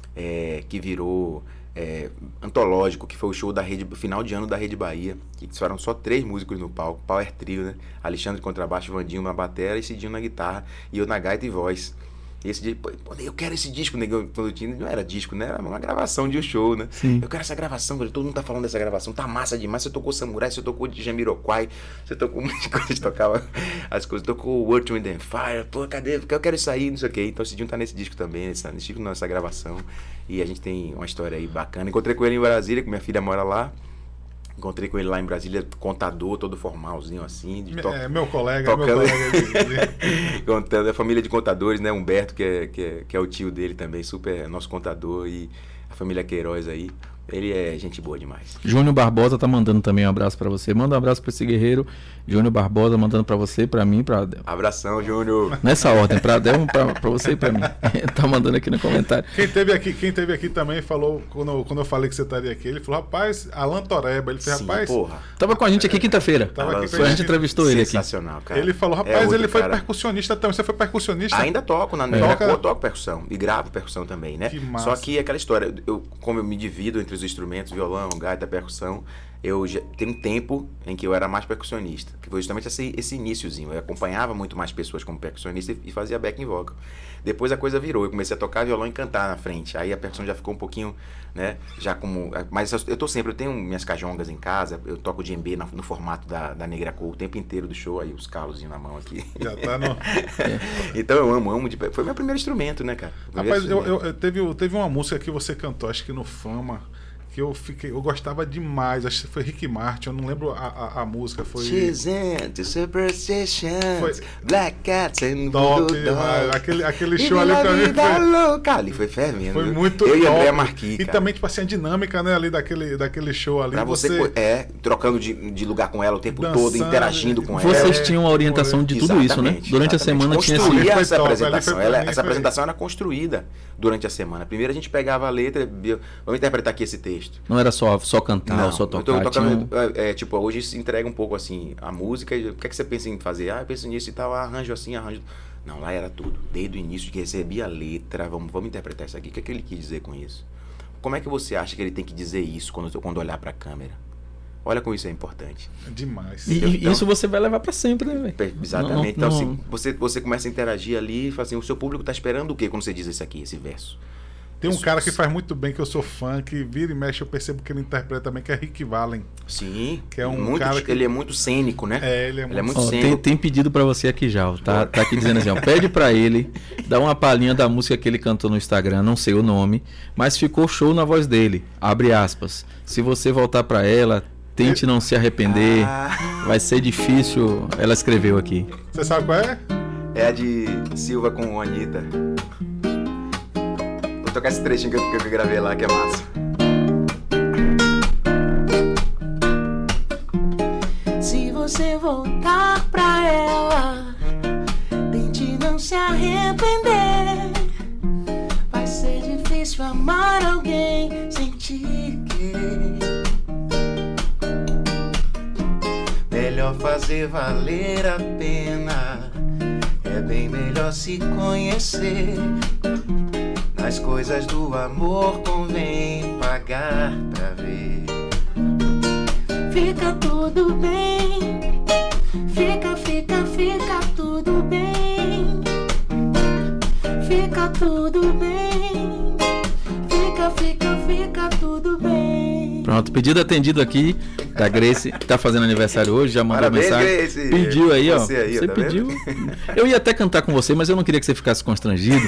é, que virou é, antológico, que foi o show da Rede, final de ano da Rede Bahia, que foram só três músicos no palco, Power Trio, né? Alexandre contrabaixo, Vandinho na bateria e Cidinho na guitarra, e eu na gaita e voz. E esse dia, pô, eu quero esse disco, negão, quando tinha, não era disco, né? Era uma gravação de um show, né? Sim. Eu quero essa gravação, todo mundo tá falando dessa gravação, tá massa demais. Você tocou Samurai, você tocou de Jamiroquai, você tocou muitas coisas, a gente tocava as coisas, tocou World Wind and Fire, pô, cadê? Eu quero isso aí, não sei o quê. Então o Cidinho tá nesse disco também, nesse, nesse disco, nessa gravação. E a gente tem uma história aí bacana. Encontrei com ele em Brasília, que minha filha mora lá. Encontrei com ele lá em Brasília, contador, todo formalzinho assim. De to... É, meu colega, tocando... meu colega. De... Contando, a família de contadores, né? Humberto, que é, que, é, que é o tio dele também, super nosso contador. E a família Queiroz aí. Ele é gente boa demais. Júnior Barbosa tá mandando também um abraço pra você. Manda um abraço pra esse guerreiro. Júnior Barbosa mandando pra você, pra mim, pra Adel. Abração, Júnior. Nessa ordem, pra Adel, pra, pra você e pra mim. Tá mandando aqui no comentário. Quem teve aqui, quem teve aqui também falou, quando, quando eu falei que você estaria aqui, ele falou, rapaz, Alan Toreba. Ele fez, Sim, rapaz... porra. Tava com a gente aqui quinta-feira. Tava aqui com Foi, a gente entrevistou ele aqui. Sensacional, cara. Ele falou, É rapaz, outro ele foi cara. percussionista também. Você foi percussionista? Ainda toco, na É. toco, eu toco percussão e gravo percussão também, né? Que massa. Só que aquela história, eu, como eu me divido entre os instrumentos, violão, gaita, percussão, eu já tem um tempo em que eu era mais percussionista, que foi justamente esse, esse iniciozinho. Eu acompanhava muito mais pessoas como percussionista e, e fazia backing vocal. Depois a coisa virou, eu comecei a tocar violão e cantar na frente. Aí a percussão já ficou um pouquinho, né, já como... Mas eu tô sempre, eu tenho minhas cajongas em casa, eu toco djembe no, no formato da, da Negra Cor o tempo inteiro do show, aí os calozinhos na mão aqui. Já tá no... Então eu amo, amo. De, foi meu primeiro instrumento, né, cara? Rapaz, eu, eu, eu- teve, teve uma música que você cantou, acho que no Fama, que eu fiquei, eu gostava demais. Acho que foi Rick Martin, eu não lembro a, a, a música. Foi She's into superstitions, Foi- black cats and top, voodoo dolls. mas aquele, aquele show Vive ali la pra mim vida foi, louca. Ali foi fervendo. foi viu? muito Eu e top. André Marquis, E cara. também, tipo assim, a dinâmica, né, ali daquele, daquele show ali. Pra você, você é, trocando de, de lugar com ela o tempo Dançando, todo, interagindo com ela. Vocês É, tinham a orientação de tudo isso, né? Exatamente, Durante a exatamente. semana tinha Construía esse... Foi essa top, ali apresentação. foi- Ela- pra mim essa foi- apresentação era construída durante a semana. Primeiro a gente pegava a letra, via- vamos interpretar aqui esse texto. Não era só, só cantar, só eu tô- tocar. eu tô tocando, tinha um- é, é, tipo, hoje se entrega um pouco assim a música. E o que é que você pensa em fazer? Ah, eu penso nisso e tal, arranjo assim, arranjo. Não, lá era tudo. Desde o início que recebia a letra, vamos, vamos interpretar isso aqui. O que é que ele quis dizer com isso? Como é que você acha que ele tem que dizer isso quando, quando olhar pra câmera? Olha como isso é importante. demais. E, e Então- isso você vai levar pra sempre, né, velho? Pe- Exatamente. Não- então, não- assim, você, você começa a interagir ali e fala assim, o seu público tá esperando o quê quando você diz isso aqui, esse verso? Tem um Isso- cara que faz muito bem, que eu sou fã, que vira e mexe, eu percebo que ele interpreta também, que é Rick Valen. Sim. Que é um muito, cara que- Ele é muito cênico, né? É, ele é muito, Ele é muito Ó, cênico. tem, tem pedido pra você aqui já, ó. Tá, tá aqui dizendo assim, ó, pede pra ele, dá uma palhinha da música que ele cantou no Instagram, não sei o nome, mas ficou show na voz dele. Abre aspas. Se você voltar pra ela, tente não se arrepender. Ah, Vai ser difícil. Ela escreveu aqui. Você sabe qual é? é a de Silva com Anitta. vou tocar esse trechinho que eu, que eu gravei lá, que é massa. Se você voltar pra ela, tente não se arrepender. Vai ser difícil amar alguém sem te querer. Melhor fazer valer a pena. É bem melhor se conhecer. Nas coisas do amor convém pagar pra ver. Fica tudo bem. Fica, fica, fica tudo bem. Fica tudo bem. Fica, fica, fica tudo bem. Pronto, pedido atendido aqui da Grace, que tá fazendo aniversário hoje, já mandou Parabéns, mensagem. Grace. Pediu aí, ó. Você, aí, você tá pediu. Eu ia até cantar com você, mas eu não queria que você ficasse constrangido.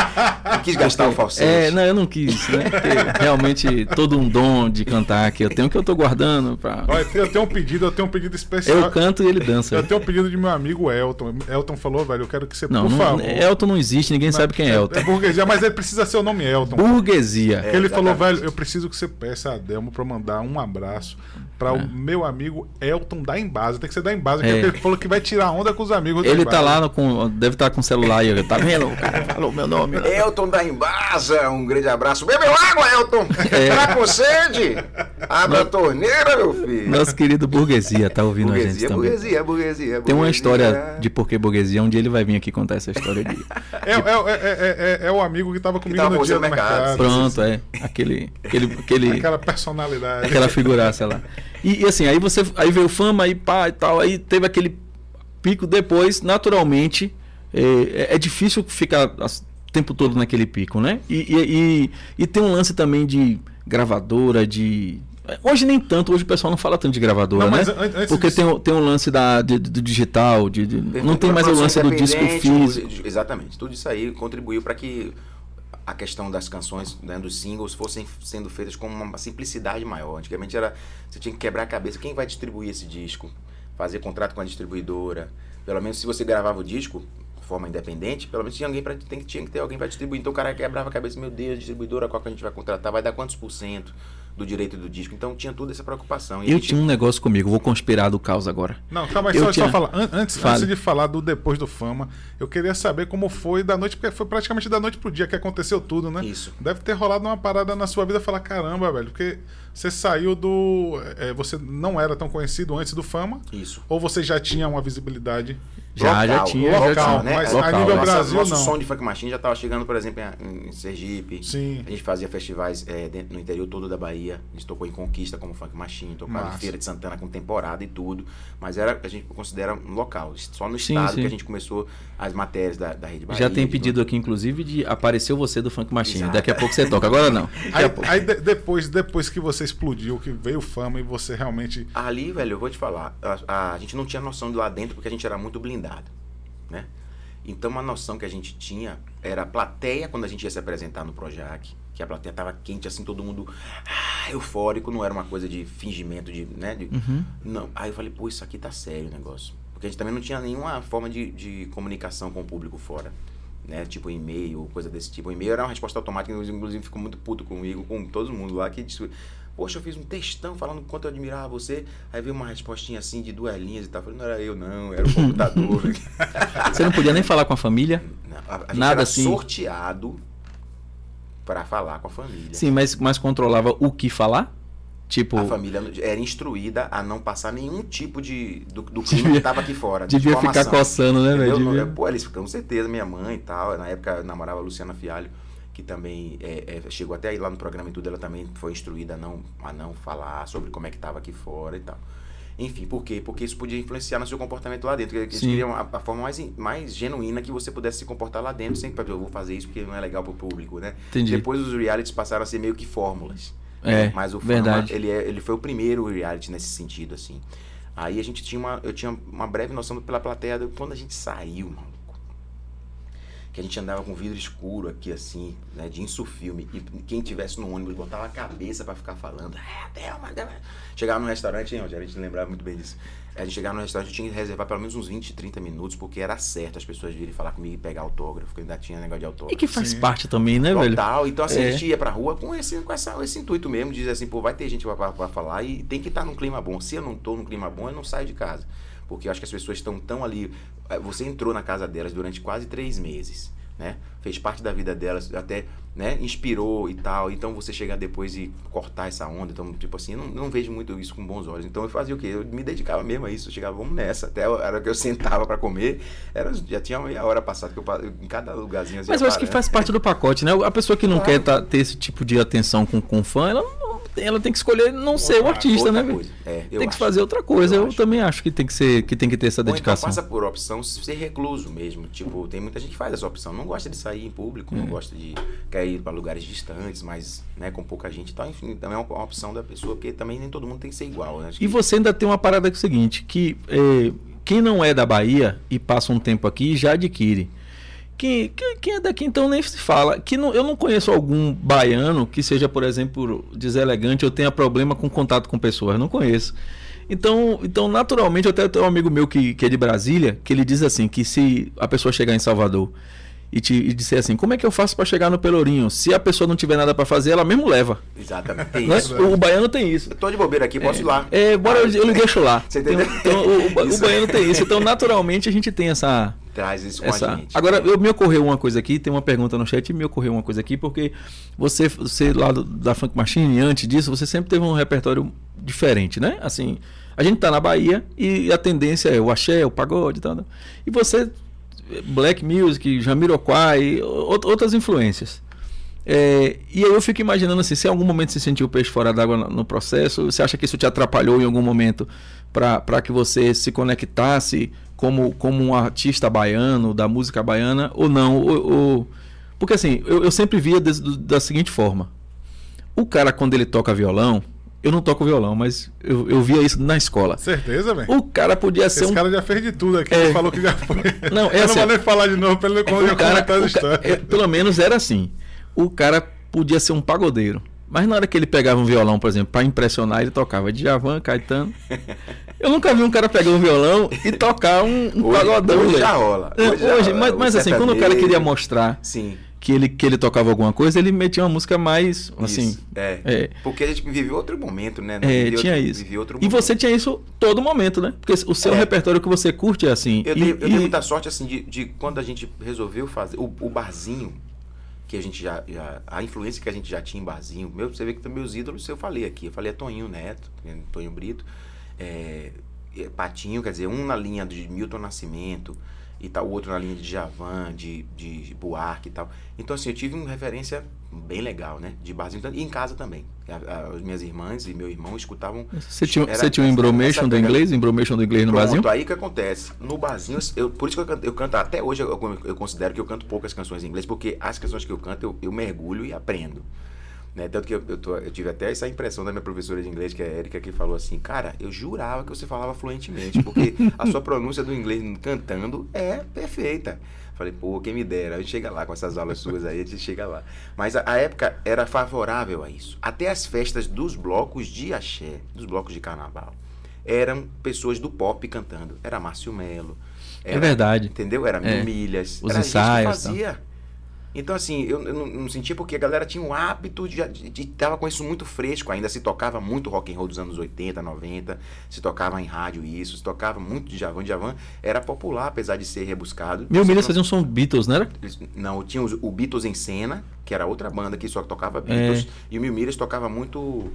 Não quis gastar o falsete. É, não, eu não quis, né? Porque realmente todo um dom de cantar que eu tenho, que eu tô guardando pra... Olha, eu tenho um pedido, eu tenho um pedido especial. Eu canto e ele dança. Eu tenho um pedido de meu amigo Elton. Elton falou, velho, eu quero que você, Não, por não, favor. Elton não existe, ninguém sabe quem é Elton. É burguesia, mas ele precisa ser o nome Elton. Burguesia. Porque ele É, falou, exatamente. velho, eu preciso que você peça a Delmo pra mandar um abraço pra o meu amigo Elton da Embasa. Tem que ser da Embasa, É. porque ele falou que vai tirar onda com os amigos da Ele Embasa. tá lá no, com, deve estar com o celular aí, tá vendo? O cara falou meu nome. Elton da Embasa, um grande abraço. Bebeu água, Elton! É. Tá com sede? Abra a torneira, meu filho. Nosso querido Burguesia tá ouvindo a gente Burguesia, também. burguesia, burguesia. Tem uma burguesia. história de por que burguesia. Um dia ele vai vir aqui contar essa história de... É, é, é, é, é o amigo que tava comigo tava no com dia você do no mercado. mercado. Pronto, é. Aquele... aquele, aquele Aquela personalidade. aquela figuraça lá. E, e assim, aí você aí veio fama, aí pá e tal, aí teve aquele pico depois, naturalmente, é, é difícil ficar o tempo todo naquele pico, né? E, e, e, e tem um lance também de gravadora, de... Hoje nem tanto, hoje o pessoal não fala tanto de gravadora, Não, né? mas an- antes Porque disso- tem, o- tem um lance da, de- do digital, de, de- não tem mais o lance do disco Independente, físico. Exatamente. Tudo isso aí contribuiu para que a questão das canções, né, dos singles, fossem sendo feitas com uma simplicidade maior. Antigamente era, você tinha que quebrar a cabeça. Quem vai distribuir esse disco? Fazer contrato com a distribuidora. Pelo menos se você gravava o disco de forma independente, pelo menos tinha alguém para tem, tinha que ter alguém para distribuir. Então o cara quebrava a cabeça, meu Deus, distribuidora, qual que a gente vai contratar? Vai dar quantos por cento do direito do disco? Então tinha toda essa preocupação. E a Eu gente- tinha um negócio comigo, vou conspirar do caos agora. Não, calma aí, Eu só, tinha- só falar. An- Antes, Fale. antes de falar do depois do Fama, eu queria saber como foi da noite, porque foi praticamente da noite pro dia que aconteceu tudo, né? Isso. Deve ter rolado uma parada na sua vida, falar, caramba, velho, porque você saiu do... é, você não era tão conhecido antes do Fama, Isso. ou você já tinha uma visibilidade? Já, já Local, tinha, já local, tinha. mas Local, a nível é. Brasil, nosso não. som de funk machine já estava chegando, por exemplo, em, em Sergipe. Sim. A gente fazia festivais é, dentro, no interior todo da Bahia. A gente tocou em Conquista como funk machine, tocava Massa. em Feira de Santana com temporada e tudo. Mas era, a gente considera um local. Só no Sim, estado sim. que a gente começou as matérias da, da Rede Bahia. Já tem de pedido tudo. aqui, inclusive, de apareceu você do Funk Machine. Exato. Daqui a pouco você toca. Agora não. Daqui Aí, a pouco. aí de- depois, depois que você explodiu, que veio Fama e você realmente... Ali, velho, eu vou te falar, a, a- a gente não tinha noção de lá dentro porque a gente era muito blindado, né? Então, uma noção que a gente tinha era a plateia, quando a gente ia se apresentar no Projac, que a plateia tava quente, assim, todo mundo ah, eufórico, não era uma coisa de fingimento, de, né? de- Uhum. Não. Aí eu falei, pô, isso aqui tá sério o negócio. Porque a gente também não tinha nenhuma forma de, de comunicação com o público fora. Né, tipo e-mail, coisa desse tipo. O e-mail era uma resposta automática, inclusive ficou muito puto comigo, com todo mundo lá, que disse, poxa, eu fiz um textão falando quanto eu admirava você, aí veio uma respostinha assim de duas linhas e tal. Eu falei, não era eu não, era o computador. Você não podia nem falar com a família? Não, a, a gente Nada era assim. sorteado para falar com a família. Sim, mas, mas controlava o que falar? Tipo, A família era instruída a não passar nenhum tipo de do, do crime que estava aqui fora. de devia ficar informação. coçando, né, velho? Entendeu? Devia- Pô, eles com certeza, minha mãe e tal. Na época eu namorava a Luciana Fialho, que também é, é, chegou até aí lá no programa e tudo, ela também foi instruída a não, a não falar sobre como é que estava aqui fora e tal. Enfim, por quê? Porque isso podia influenciar no seu comportamento lá dentro. Eles Sim. queriam a, a forma mais, in- mais genuína que você pudesse se comportar lá dentro, sem que eu vou fazer isso porque não é legal pro público, né? Entendi. Depois os realities passaram a ser meio que fórmulas. É, Mas o Fama, verdade. ele, é, ele foi o primeiro reality nesse sentido, assim. Aí a gente tinha uma, eu tinha uma breve noção pela plateia do, quando a gente saiu, maluco. que a gente andava com vidro escuro aqui, assim, né, de insufilme, e quem tivesse no ônibus botava a cabeça pra ficar falando, é, Thelma, Thelma. Chegava no restaurante, hein, a gente lembrava muito bem disso, a gente chegava no restaurante, eu tinha que reservar pelo menos uns vinte, trinta minutos, porque era certo as pessoas virem falar comigo e pegar autógrafo, porque ainda tinha negócio de autógrafo. E que faz Sim. parte também, né, velho? Total, então assim, É. a gente ia pra rua com esse, com essa, esse intuito mesmo, de dizer assim, pô, vai ter gente pra, pra, pra falar e tem que estar num clima bom. Se eu não tô num clima bom, eu não saio de casa. Porque eu acho que as pessoas estão tão ali. Você entrou na casa delas durante quase três meses, né? Fez parte da vida delas, até, né, inspirou e tal. Então você chegar depois e cortar essa onda. Então, tipo assim, eu não, não vejo muito isso com bons olhos. Então eu fazia o quê? Eu me dedicava mesmo a isso. Eu chegava, vamos nessa. Até a hora que eu sentava pra comer, era, já tinha meia hora passada que eu, eu em cada lugarzinho assim. Mas eu acho que faz parte do pacote, né? A pessoa que não Claro. quer tá, ter esse tipo de atenção com, com fã, ela, não, ela tem que escolher não ser o artista, outra né, velho? coisa. É, eu Tem que acho. fazer outra coisa. Eu, Eu acho. também acho que tem que, ser, que tem que ter essa Ou então dedicação. passa por opção ser recluso mesmo. Tipo, tem muita gente que faz essa opção. Não gosta de sair em público, não gosta de... Quer ir para lugares distantes, mas, né, com pouca gente e tal. Enfim, também é uma, uma opção da pessoa, porque também nem todo mundo tem que ser igual. Né? Acho E que- você ainda tem uma parada que é o seguinte, que é, quem não é da Bahia e passa um tempo aqui já adquire. Quem, quem, quem é daqui então nem se fala. Que não, eu não conheço algum baiano que seja, por exemplo, deselegante ou tenha problema com contato com pessoas. Não conheço. Então, então naturalmente, eu até tenho um amigo meu que, que é de Brasília, que ele diz assim, que se a pessoa chegar em Salvador e, te, e disser assim, como é que eu faço para chegar no Pelourinho? Se a pessoa não tiver nada para fazer, ela mesmo leva. Exatamente. Tem Né? isso. O, o baiano tem isso. Eu tô de bobeira aqui, posso ir lá. É, bora, eu, eu lhe deixo lá. Você Tem- entendeu? então, o, o, ba- o Isso. baiano tem isso. Então, naturalmente, a gente tem essa... Traz isso com essa... a gente. Agora, eu, me ocorreu uma coisa aqui, tem uma pergunta no chat, e me ocorreu uma coisa aqui, porque você, você lá do- da Funk Machine, antes disso, você sempre teve um repertório diferente, né? Assim, a gente tá na Bahia e a tendência é o axé, o pagode e tal. E você, black music, Jamiroquai, ou- outras influências. É, e aí eu fico imaginando assim, se em algum momento você sentiu o peixe fora d'água no- no processo, você acha que isso te atrapalhou em algum momento para que você se conectasse como, como um artista baiano, da música baiana, ou não? Ou, ou- porque assim, eu, eu sempre via des- do- da seguinte forma. O cara, quando ele toca violão, eu não toco violão, mas eu, eu via isso na escola. Certeza, velho. O cara podia ser Esse um... cara já fez de tudo aqui, É. ele falou que já foi. Não, é eu assim, não vou nem falar de novo pra ele não o cara, comentar as o ca- histórias. é, pelo menos era assim. O cara podia ser um pagodeiro. Mas na hora que ele pegava um violão, por exemplo, para impressionar, ele tocava Djavan, Caetano. Eu nunca vi um cara pegar um violão e tocar um, um Hoje- pagodão. hoje velho. já rola, É, hoje já hoje, rola. mas, O mas assim, quando o cara sertanejo- queria mostrar Sim. que ele, que ele tocava alguma coisa, ele metia uma música mais assim. Isso, é. é. Porque a gente viveu outro momento, né? É, Viveu tinha outro- isso. viveu outro E momento. você tinha isso todo momento, né? Porque o seu É. repertório que você curte é assim. Eu, e, dei, eu dei e- muita sorte, assim, de, de quando a gente resolveu fazer o, o barzinho, que a gente já, já... A influência que a gente já tinha em barzinho. Meu, você vê que meus ídolos eu falei aqui. Eu falei é Toninho Neto, Tonho Brito, é, é, Patinho, quer dizer, um na linha de Milton Nascimento e tal, o outro na linha de Djavan, de, de Buarque e tal. Então, assim, eu tive uma referência bem legal, né? De barzinho. E em casa também. A- a- As minhas irmãs e meu irmão escutavam... Você tinha, era- você tinha um essa- embromation essa do pegada- inglês? Embromation do inglês no Pronto, Brasil? aí que acontece. No barzinho, eu, por isso que eu canto, eu canto até hoje, eu, eu considero que eu canto poucas canções em inglês, porque as canções que eu canto, eu, eu mergulho e aprendo. Né? Tanto que eu, eu, tô- eu tive até essa impressão da minha professora de inglês, que é a Érica, que falou assim, cara, eu jurava que você falava fluentemente, porque a sua pronúncia do inglês cantando é perfeita. Falei, pô, quem me dera, a gente chega lá com essas aulas suas aí, a gente chega lá. Mas a, a época era favorável a isso. Até as festas dos blocos de axé, dos blocos de carnaval, eram pessoas do pop cantando. Era Márcio Melo. É era- verdade. Entendeu? Era É. Mil Milhas. Os era ensaios, a gente que fazia. Então, assim, eu, eu não, não sentia porque a galera tinha um hábito de, de, de tava com isso muito fresco ainda. Se tocava muito rock and roll dos anos oitenta, noventa, se tocava em rádio isso, se tocava muito Djavan. Djavan era popular, apesar de ser rebuscado. Mil Você Milhas não- fazia um som Beatles, não era? eles- Não, tinha os- o Beatles em Cena, que era outra banda que só tocava Beatles. É. E o Mil Milhas tocava muito...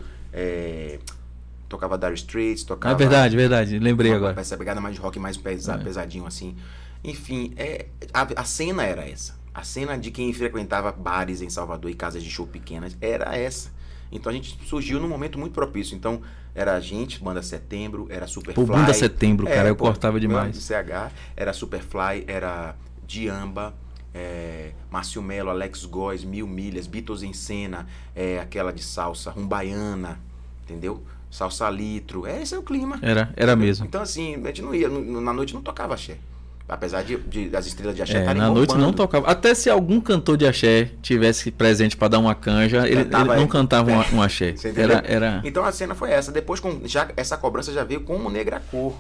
é, tocava Dire Straits, tocava... É verdade, verdade. Lembrei uma- agora. Essa pegada mais de rock mais pesa, É. pesadinho assim. Enfim, é, a, a cena era essa. A cena de quem frequentava bares em Salvador e casas de show pequenas era essa. Então a gente surgiu num momento muito propício. Então era a gente, Banda Setembro, era Superfly. Pô, Banda Setembro, cara, eu pô, cortava demais. meu C H, era Superfly, era Diamba, é, Márcio Melo, Alex Góes, Mil Milhas, Beatles em Cena, é, aquela de salsa, Rumbaiana, entendeu? Salsa Litro, esse é o clima. Era, era mesmo. Então, assim, a gente não ia, no- na noite não tocava axé. Apesar de, de das estrelas de axé É, estarem na noite bombando. não tocava. Até se algum cantor de axé tivesse presente pra dar uma canja, ele, ele Cantava, não é. cantava um, um axé. Você entendeu? Era, era... Então a cena foi essa. Depois, com, já, essa cobrança já veio com o Negra Cor.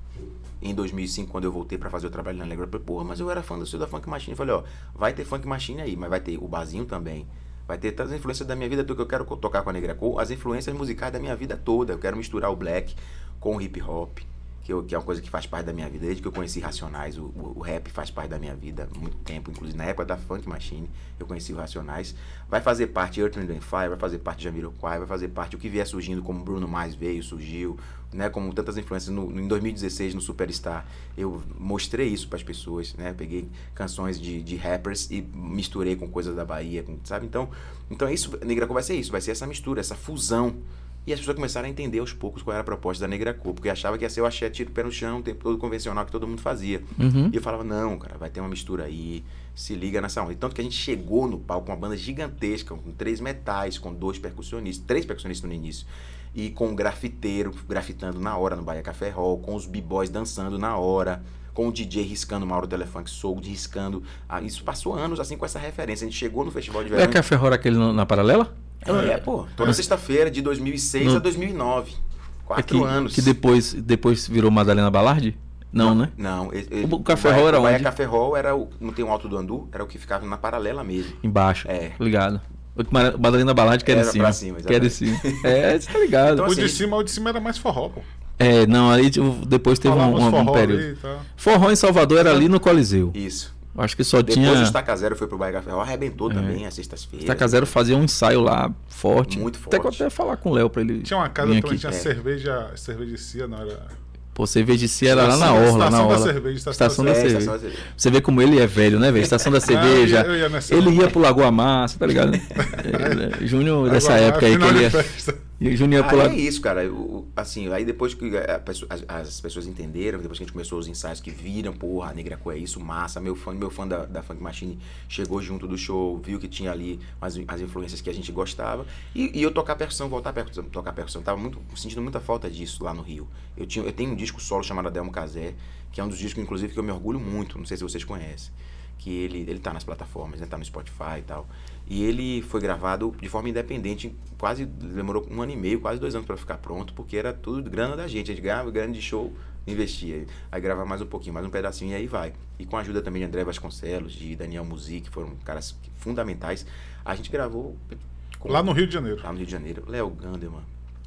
Em dois mil e cinco, quando eu voltei pra fazer o trabalho na Negra, eu falei, porra, mas eu era fã do seu da Funk Machine. Eu falei, ó, vai ter Funk Machine aí, mas vai ter o barzinho também. Vai ter todas as influências da minha vida toda, que eu quero tocar com a Negra Cor, as influências musicais da minha vida toda. Eu quero misturar o black com o hip hop, que, eu, que é uma coisa que faz parte da minha vida. Desde que eu conheci Racionais, o, o, o rap faz parte da minha vida há muito tempo, inclusive na época da Funk Machine, eu conheci o Racionais. Vai fazer parte Earth, Wind and Fire, vai fazer parte Jamiroquai, vai fazer parte o que vier surgindo, como Bruno Mars veio, surgiu, né, como tantas influências no, no, em dois mil e dezesseis no Superstar, eu mostrei isso para as pessoas, né, peguei canções de, de rappers e misturei com coisas da Bahia, com, sabe, então, então é isso, Negra Cor vai ser isso, vai ser essa mistura, essa fusão, e as pessoas começaram a entender aos poucos qual era a proposta da Negra Cor, porque achava que ia ser o axé tiro pé no chão, o tempo todo convencional que todo mundo fazia, Uhum. e eu falava, não, cara, vai ter uma mistura aí, se liga nessa onda. E tanto que a gente chegou no palco com uma banda gigantesca, com três metais, com dois percussionistas, três percussionistas no início, e com um grafiteiro grafitando na hora no Bahia Café Hall, com os b-boys dançando na hora, com o D J riscando Mauro Telefunk Soul, riscando. Ah, isso passou anos assim com essa referência. A gente chegou no Festival de É Verão. Café Hora aquele no- na paralela? É, pô, toda sexta-feira, de dois mil e seis No- a dois mil e nove. É Quatro que, anos. que depois, depois virou Madalena Ballardi? Não, né? Não. e- e- O Café Bahia- Hall era o Bahia onde? Café Hall era o. Não tem um Alto do Andu? Era o que ficava na paralela mesmo. Embaixo. É. Ligado. O Mara- Madalena Ballardi que era em Era cima. pra cima, que era em cima. É, você tá ligado. Então, O assim, de cima, o de cima era mais forró, pô. É, não, aí tipo, depois teve um, Falava uns um- um forró período. ali e tal. Forró em Salvador era ali no Coliseu. Isso. Acho que só Depois tinha. o Estaca Zero foi pro Bahia Café Hall, arrebentou também às sextas-feiras. Estaca Zero fazia um ensaio lá forte. Muito Até que eu forte. até falar com o Léo pra ele. Tinha uma casa vir também, aqui. tinha É. cerveja, cerveja não era... Pô, cerveja de si era lá na Estação- orla, na Estação da orla. cerveja, Estação Estação da da É, cerveja. estação da cerveja. Você vê como ele é velho, né, velho? Estação da cerveja. eu ia nessa- Ele ia pro Lagoa Massa, tá ligado? É, é, Júnior dessa Agora, época aí que final ele de ia. festa. E o Júnior ia pro Aí é Lagoa. isso, cara. O- assim, aí depois que a pessoa- as, as pessoas entenderam, depois que a gente começou os ensaios que viram, porra, a Negra Cor é isso, massa. Meu fã, meu fã da, da Funk Machine chegou junto do show, viu que tinha ali as, as influências que a gente gostava. E, e eu tocar percussão, voltar a percussão, tocar percussão. Tava muito, sentindo muita falta disso lá no Rio. Eu, tinha, eu tenho um disco solo chamado Adelmo Casé, que é um dos discos, inclusive, que eu me orgulho muito. Não sei se vocês conhecem. Que ele, ele tá nas plataformas, né? Tá no Spotify e tal. E ele foi gravado de forma independente, quase demorou um ano e meio, quase dois anos para ficar pronto, porque era tudo grana da gente. A gente ganhava grana de show, investia. Aí gravava mais um pouquinho, mais um pedacinho e aí vai. E com a ajuda também de André Vasconcelos, de Daniel Musi, que foram caras fundamentais, a gente gravou com- Lá no Rio de Janeiro. lá no Rio de Janeiro. Léo Ganderman,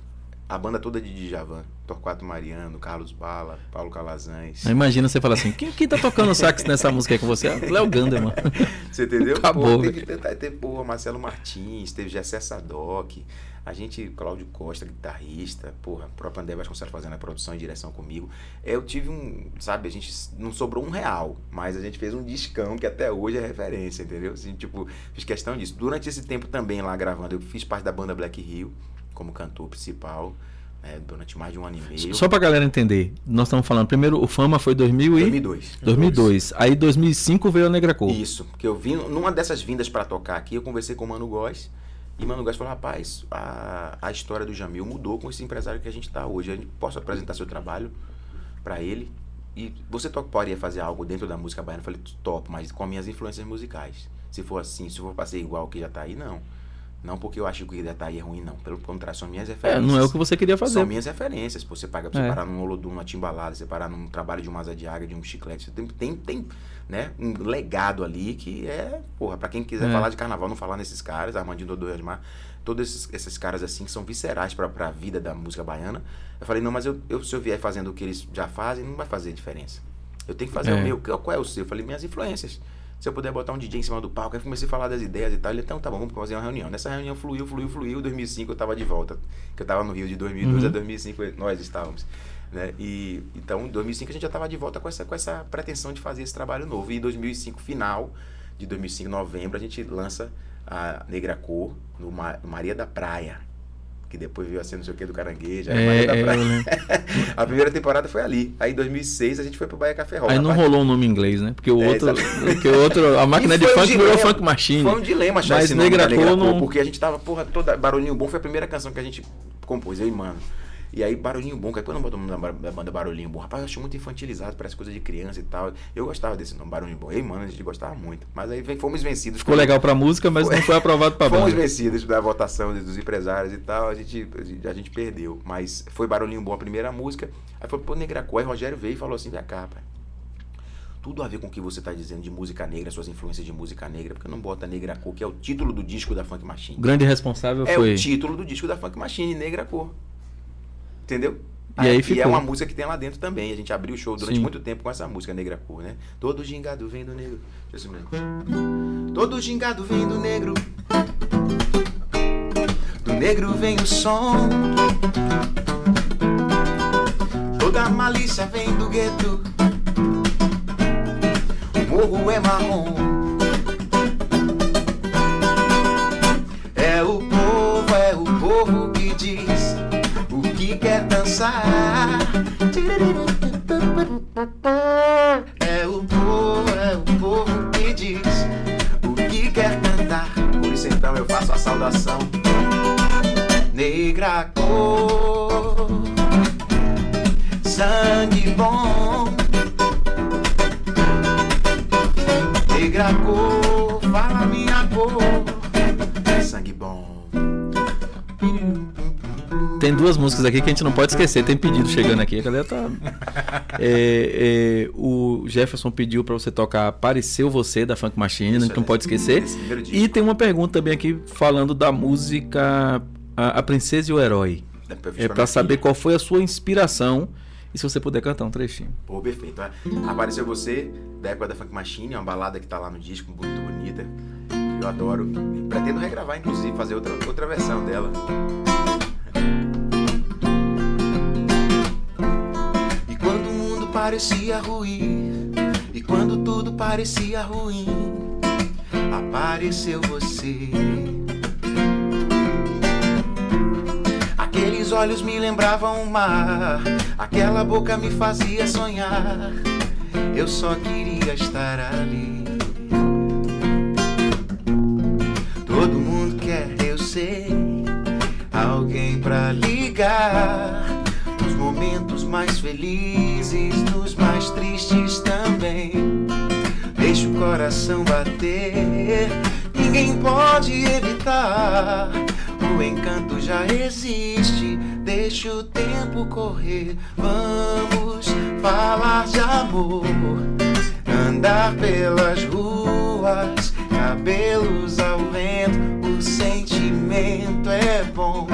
a banda toda de Djavan, Torquato Mariano, Carlos Bala, Paulo Calazans. Aí imagina você falar assim: quem, quem tá tocando sax nessa música aí com você? Ah, Léo Gander, mano. Você entendeu? Acabou, Pô, teve, teve, teve porra, Marcelo Martins, teve Gessé Sadoc, a gente, Cláudio Costa, guitarrista, porra, o próprio André Vasconcelos fazendo a produção e direção comigo. Eu tive um, sabe, a gente não sobrou um real, mas a gente fez um discão que até hoje é referência, entendeu? Assim, tipo, fiz questão disso. Durante esse tempo também lá gravando, eu fiz parte da banda Black Rio, como cantor principal, né, durante mais de um ano e meio. Só pra galera entender, nós estamos falando, primeiro o Fama foi dois mil e... dois mil e dois. dois mil e dois. Aí dois mil e cinco veio a Negra Cor. Isso, porque eu vim, numa dessas vindas para tocar aqui, eu conversei com o Mano Góes, e Mano Góes falou, rapaz, a, a história do Jamil mudou com esse empresário que a gente está hoje. Eu posso apresentar seu trabalho para ele? E você toparia fazer algo dentro da música baiana? Eu falei, topo, mas com minhas influências musicais. Se for assim, se for para ser igual o que já tá aí, não. Não porque eu acho que o que já tá aí é ruim, não. Pelo contrário, são minhas É, referências. não é o que você queria fazer. São minhas referências. Pô, você paga pra você É. parar num Olodum, numa timbalada, você parar num trabalho de uma asa de águia, de um chiclete. Você tem, tem, tem né, um legado ali que é, porra, pra quem quiser É. falar de carnaval, não falar nesses caras, Armandinho, Dodô e Osmar, todos esses, esses caras assim que são viscerais pra, pra vida da música baiana. Eu falei, não, mas eu, eu, se eu vier fazendo o que eles já fazem, não vai fazer diferença. Eu tenho que fazer É. o meu. Qual é o seu? Eu falei, minhas influências. Se eu puder botar um D J em cima do palco, aí comecei a falar das ideias e tal. Ele, então tá bom, vamos fazer uma reunião. Nessa reunião fluiu, fluiu, fluiu. Em dois mil e cinco eu tava de volta. Que eu tava no Rio de dois mil e dois Uhum. a dois mil e cinco nós estávamos. Né? E, então, em dois mil e cinco a gente já tava de volta com essa, com essa pretensão de fazer esse trabalho novo. E em dois mil e cinco, final de dois mil e cinco, novembro, a gente lança a Negra Cor no, Ma- no Maria da Praia. Que depois veio a ser não sei o que do Caranguejo. era Maria da É, é, Praia. eu lembro. A primeira temporada foi ali. Aí em dois mil e seis a gente foi pro Bahia Café Hall. Aí não A parte- rolou um nome em inglês, né? Porque o É, outro, exatamente. porque o outro, a máquina E de foi um funk virou dilema. Funk Machine. Foi um dilema achar Mas esse nome Negra da Negra Cor Cor, não- porque a gente tava, porra, toda Barulhinho Bom foi a primeira canção que a gente compôs, eu e Mano. E aí, Barulhinho Bom, que quando botou o nome da banda Barulhinho Bom, rapaz, eu achei muito infantilizado, parece coisa de criança e tal. Eu gostava desse nome, Barulhinho Bom. Ei, mano, a gente gostava muito. Mas aí fomos vencidos. Ficou legal pra música, mas foi, não foi aprovado pra banda. Fomos vencidos da votação dos empresários e tal, a gente, a gente perdeu. Mas foi Barulhinho Bom a primeira música. Aí foi pô, Negra Cor, aí Rogério veio e falou assim, vem cá, rapaz. Tudo a ver com o que você está dizendo de música negra, suas influências de música negra, porque não bota Negra Cor, que é o título do disco da Funk Machine. O grande responsável é foi... É o título do disco da Funk Machine, Negra Cor. Entendeu? E aí ficou. E é uma música que tem lá dentro também. A gente abriu o show durante Sim. muito tempo com essa música, Negra Cor, né? Todo gingado vem do negro. Assim mesmo. Todo gingado vem do negro. Do negro vem o som. Toda malícia vem do gueto. O morro é marrom. É o povo, é o povo que diz o que quer dançar. É o povo, é o povo que diz o que quer cantar. Por isso então eu faço a saudação. Negra Cor, sangue bom. Negra Cor, fala minha cor. Sangue bom. Tem duas músicas aqui que a gente não pode esquecer. Tem pedido chegando aqui. A galera tá... É, é, o Jefferson pediu pra você tocar Apareceu Você, da Funk Machine. Isso, não pode esquecer. E tem uma pergunta também aqui falando da música A, a Princesa e o Herói. É pra saber qual foi a sua inspiração. E se você puder cantar um trechinho. Pô, perfeito. Apareceu Você, da época da Funk Machine, é uma balada que tá lá no disco, muito bonita. Eu adoro. Pretendo regravar, inclusive, fazer outra, outra versão dela. E quando o mundo parecia ruir, e quando tudo parecia ruim, apareceu você. Aqueles olhos me lembravam o mar, aquela boca me fazia sonhar. Eu só queria estar ali. Todo mundo quer, eu sei, alguém pra ligar. Nos momentos mais felizes, nos mais tristes também. Deixa o coração bater, ninguém pode evitar. O encanto já existe, deixa o tempo correr. Vamos falar de amor, andar pelas ruas, cabelos ao vento, o sentimento é bom.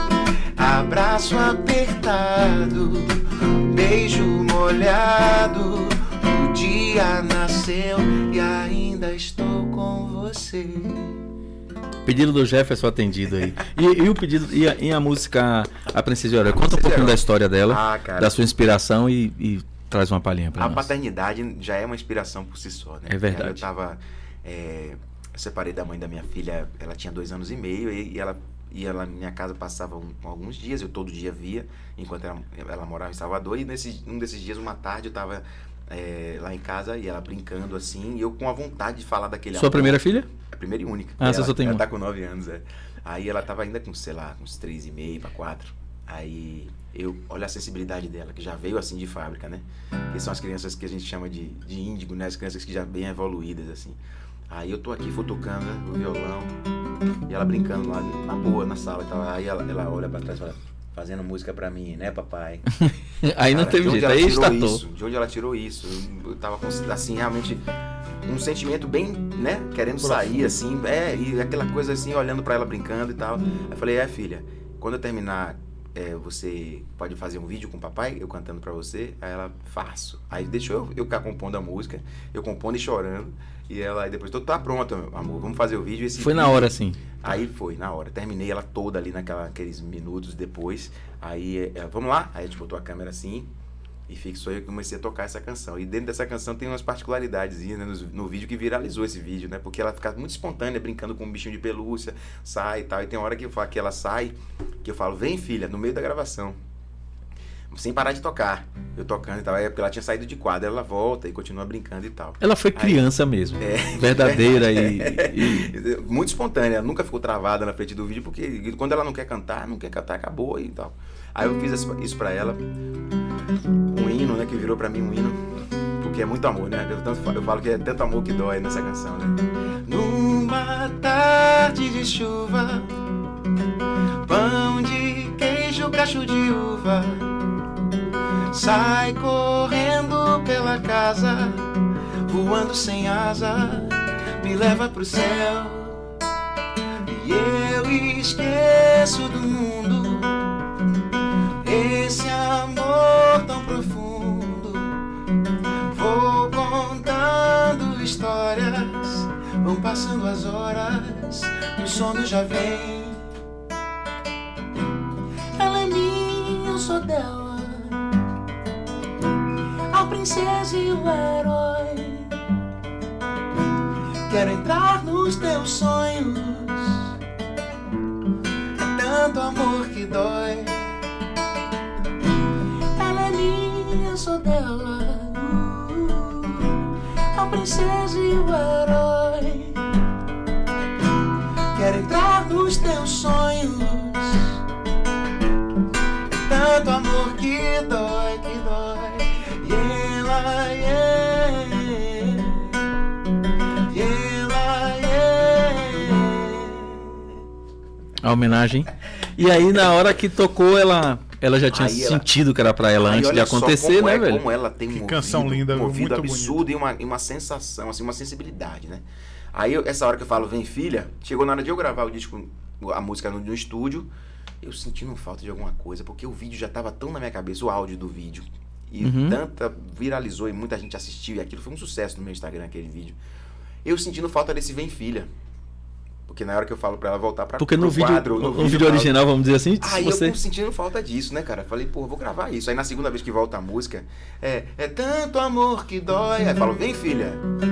Abraço apertado, beijo molhado, o dia nasceu e ainda estou com você. Pedido do Jefferson atendido aí. E, e o pedido, e a, e a música A Princesa e o Herói? Conta um pouquinho da história dela, ah, cara, da sua inspiração e, e traz uma palhinha pra a nós. A paternidade já é uma inspiração por si só, né? É verdade. Eu tava... É, eu separei da mãe da minha filha, ela tinha dois anos e meio e, e ela ia lá na minha casa, passava um, alguns dias, eu todo dia via, enquanto ela, ela morava em Salvador, e nesse, um desses dias, uma tarde, eu tava é, lá em casa e ela brincando assim, e eu com a vontade de falar daquele Sua amor. Primeira filha? A primeira e única. Ah, ela, você só tem ela uma. tá com nove anos, é. Aí ela tava ainda com, sei lá, uns três e meio para quatro. Aí eu, olha a sensibilidade dela, que já veio assim de fábrica, né? Que são as crianças que a gente chama de, de índigo, né? As crianças que já bem evoluídas, assim. Aí eu tô aqui futucando, né, o violão, e ela brincando lá na boa, na sala e tal. Aí ela, ela olha pra trás e fala, fazendo música pra mim, né, papai? Aí não Cara, teve jeito, aí startou. Isso, de onde ela tirou isso? Eu, eu tava com, assim, realmente, um sentimento bem, né, querendo sair, assim, é, e aquela coisa assim, olhando pra ela brincando e tal. Aí eu falei, é, filha, quando eu terminar, é, você pode fazer um vídeo com o papai, eu cantando pra você? Aí ela, faço. Aí deixou eu, eu ficar compondo a música, eu compondo e chorando. E ela, aí depois, tá pronto, amor, vamos fazer o vídeo. Esse foi vídeo, na hora, sim. Aí foi, na hora. Terminei ela toda ali naquela, naqueles minutos depois. Aí, é, vamos lá? Aí a gente botou a câmera assim e fixou e eu comecei a tocar essa canção. E dentro dessa canção tem umas particularidades, né, no, no vídeo que viralizou esse vídeo, né? Porque ela fica muito espontânea, brincando com um bichinho de pelúcia, sai e tal. E tem uma hora que, eu falo, que ela sai, que eu falo, vem filha, no meio da gravação. sem parar de tocar. Eu tocando e tal. Aí porque ela tinha saído de quadra, ela volta e continua brincando e tal. Ela foi criança Aí, mesmo. É. Verdadeira e, e... Muito espontânea. Ela nunca ficou travada na frente do vídeo, porque quando ela não quer cantar, não quer cantar, acabou e tal. Aí eu fiz isso pra ela. Um hino, né? Que virou pra mim um hino. Porque é muito amor, né? Eu, tanto, eu falo que é tanto amor que dói nessa canção, né? Numa tarde de chuva, pão de queijo, cacho de uva, sai correndo pela casa, voando sem asa, me leva pro céu. E eu esqueço do mundo, esse amor tão profundo. Vou contando histórias, vão passando as horas, e o sono já vem. Ela é minha, eu sou dela, a princesa e o herói. Quero entrar nos teus sonhos, é tanto amor que dói. Ela é minha, eu sou dela, a princesa e o herói. Quero entrar nos teus sonhos, é tanto amor que dói, que dói. E ela, yeah, e ela, yeah. A homenagem. E aí, na hora que tocou, ela, ela já tinha Aí ela- sentido que era pra ela Aí antes de olha só acontecer, como né, é, velho? Como ela tem um Que ouvido, canção linda, um ouvido muito absurdo e uma, e uma sensação, assim, uma sensibilidade, né? Aí, eu- essa hora que eu falo, vem filha, chegou na hora de eu gravar o disco, a música no, no estúdio, eu sentindo falta de alguma coisa, porque o vídeo já tava tão na minha cabeça, o áudio do vídeo, e Uhum. tanta viralizou e muita gente assistiu, e aquilo foi um sucesso no meu Instagram, aquele vídeo. Eu sentindo falta desse vem filha. Porque na hora que eu falo pra ela voltar pra Porque no pro vídeo, quadro, no, no vídeo eu falo- original, vamos dizer assim, se Aí você... eu tô sentindo falta disso, né, cara? Falei, pô, vou gravar isso. Aí na segunda vez que volta a música, é, é tanto amor que dói. Aí eu falo, vem filha.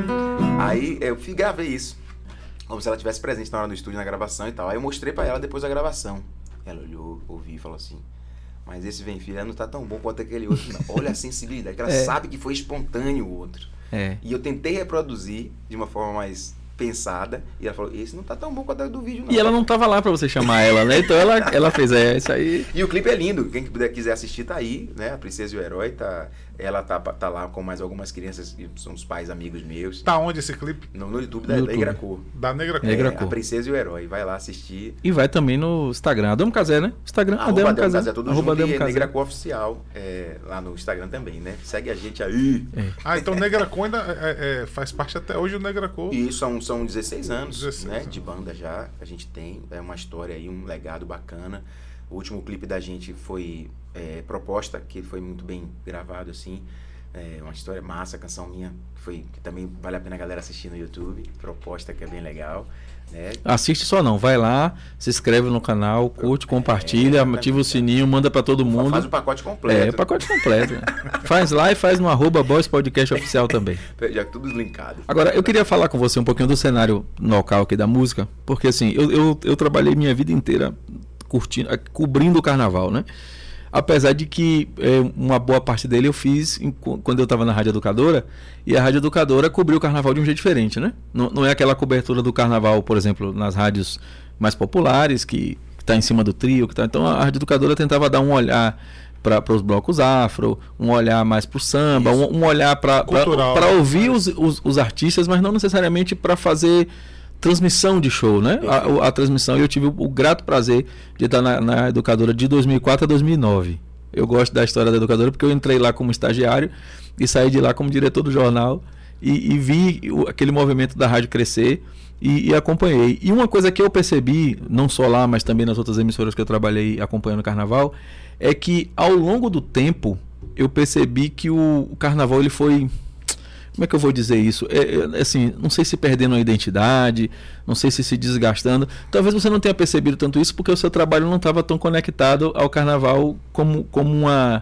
Aí eu fui, gravei isso. Como se ela tivesse presente na hora do estúdio, na gravação e tal. Aí eu mostrei pra ela depois da gravação. Ela olhou, ouviu e falou assim, mas esse vem filha não tá tão bom quanto aquele outro, não. Olha a sensibilidade, que ela É. sabe que foi espontâneo o outro. É. E eu tentei reproduzir de uma forma mais pensada, e ela falou, esse não tá tão bom quanto o do vídeo, não. E ela não tava lá pra você chamar ela, né? Então ela, ela fez, é, isso aí... E o clipe é lindo, quem puder quiser assistir tá aí, né? A Princesa e o Herói, tá, ela tá, tá lá com mais algumas crianças, que são os pais amigos meus, Tá onde esse clipe? no, no YouTube da, No da YouTube. Igracor. Da Negra Cor. Negra É, Cor. a Princesa e o Herói, vai lá assistir. E vai também no Instagram, Adamo Casé, né? Instagram, Arroba Adamo Adamo Casé. Casé, tudo Arroba junto, Adamo e Casé. Negracor Oficial, é, lá no Instagram também, né? Segue a gente aí. É. Ah, então Negra Cor ainda é, é, faz parte até hoje do Negra Cor. E isso são, são dezesseis anos, dezesseis né, anos. de banda já, a gente tem, é uma história aí, um legado bacana. O último clipe da gente foi é, Proposta, que foi muito bem gravado, assim, é uma história massa, canção minha, que, foi, que também vale a pena a galera assistir no YouTube, Proposta, que é bem legal, né. Assiste só não, vai lá, se inscreve no canal, curte, compartilha, É, ativa o sininho, manda pra todo mundo. Faz o pacote completo. É, pacote completo. Faz lá e faz no arroba Boys Podcast Oficial também. Já tudo linkado. Agora, eu queria falar com você um pouquinho do cenário local aqui da música, porque assim, eu, eu, eu trabalhei minha vida inteira curtindo, eh, cobrindo o carnaval, né? Apesar de que eh, uma boa parte dele eu fiz em- quando eu estava na Rádio Educadora, e a Rádio Educadora cobriu o carnaval de um jeito diferente, né? Não, não é aquela cobertura do carnaval, por exemplo, nas rádios mais populares, que está em cima do trio, que tá, então a Rádio Educadora tentava dar um olhar para os blocos afro, um olhar mais para o samba, Isso. um, um olhar para Cultural, para né? ouvir os, os, os artistas, mas não necessariamente para fazer transmissão de show, né? A, a transmissão, eu tive o, o grato prazer de estar na, na Educadora de dois mil e quatro a dois mil e nove. Eu gosto da história da Educadora porque eu entrei lá como estagiário e saí de lá como diretor do jornal e, e vi o, aquele movimento da rádio crescer e, e acompanhei. E uma coisa que eu percebi, não só lá, mas também nas outras emissoras que eu trabalhei acompanhando o carnaval, é que ao longo do tempo eu percebi que o, o carnaval ele foi... Como é que eu vou dizer isso? É, é, assim, não sei se perdendo a identidade, não sei se se desgastando. Talvez você não tenha percebido tanto isso porque o seu trabalho não estava tão conectado ao carnaval como, como uma,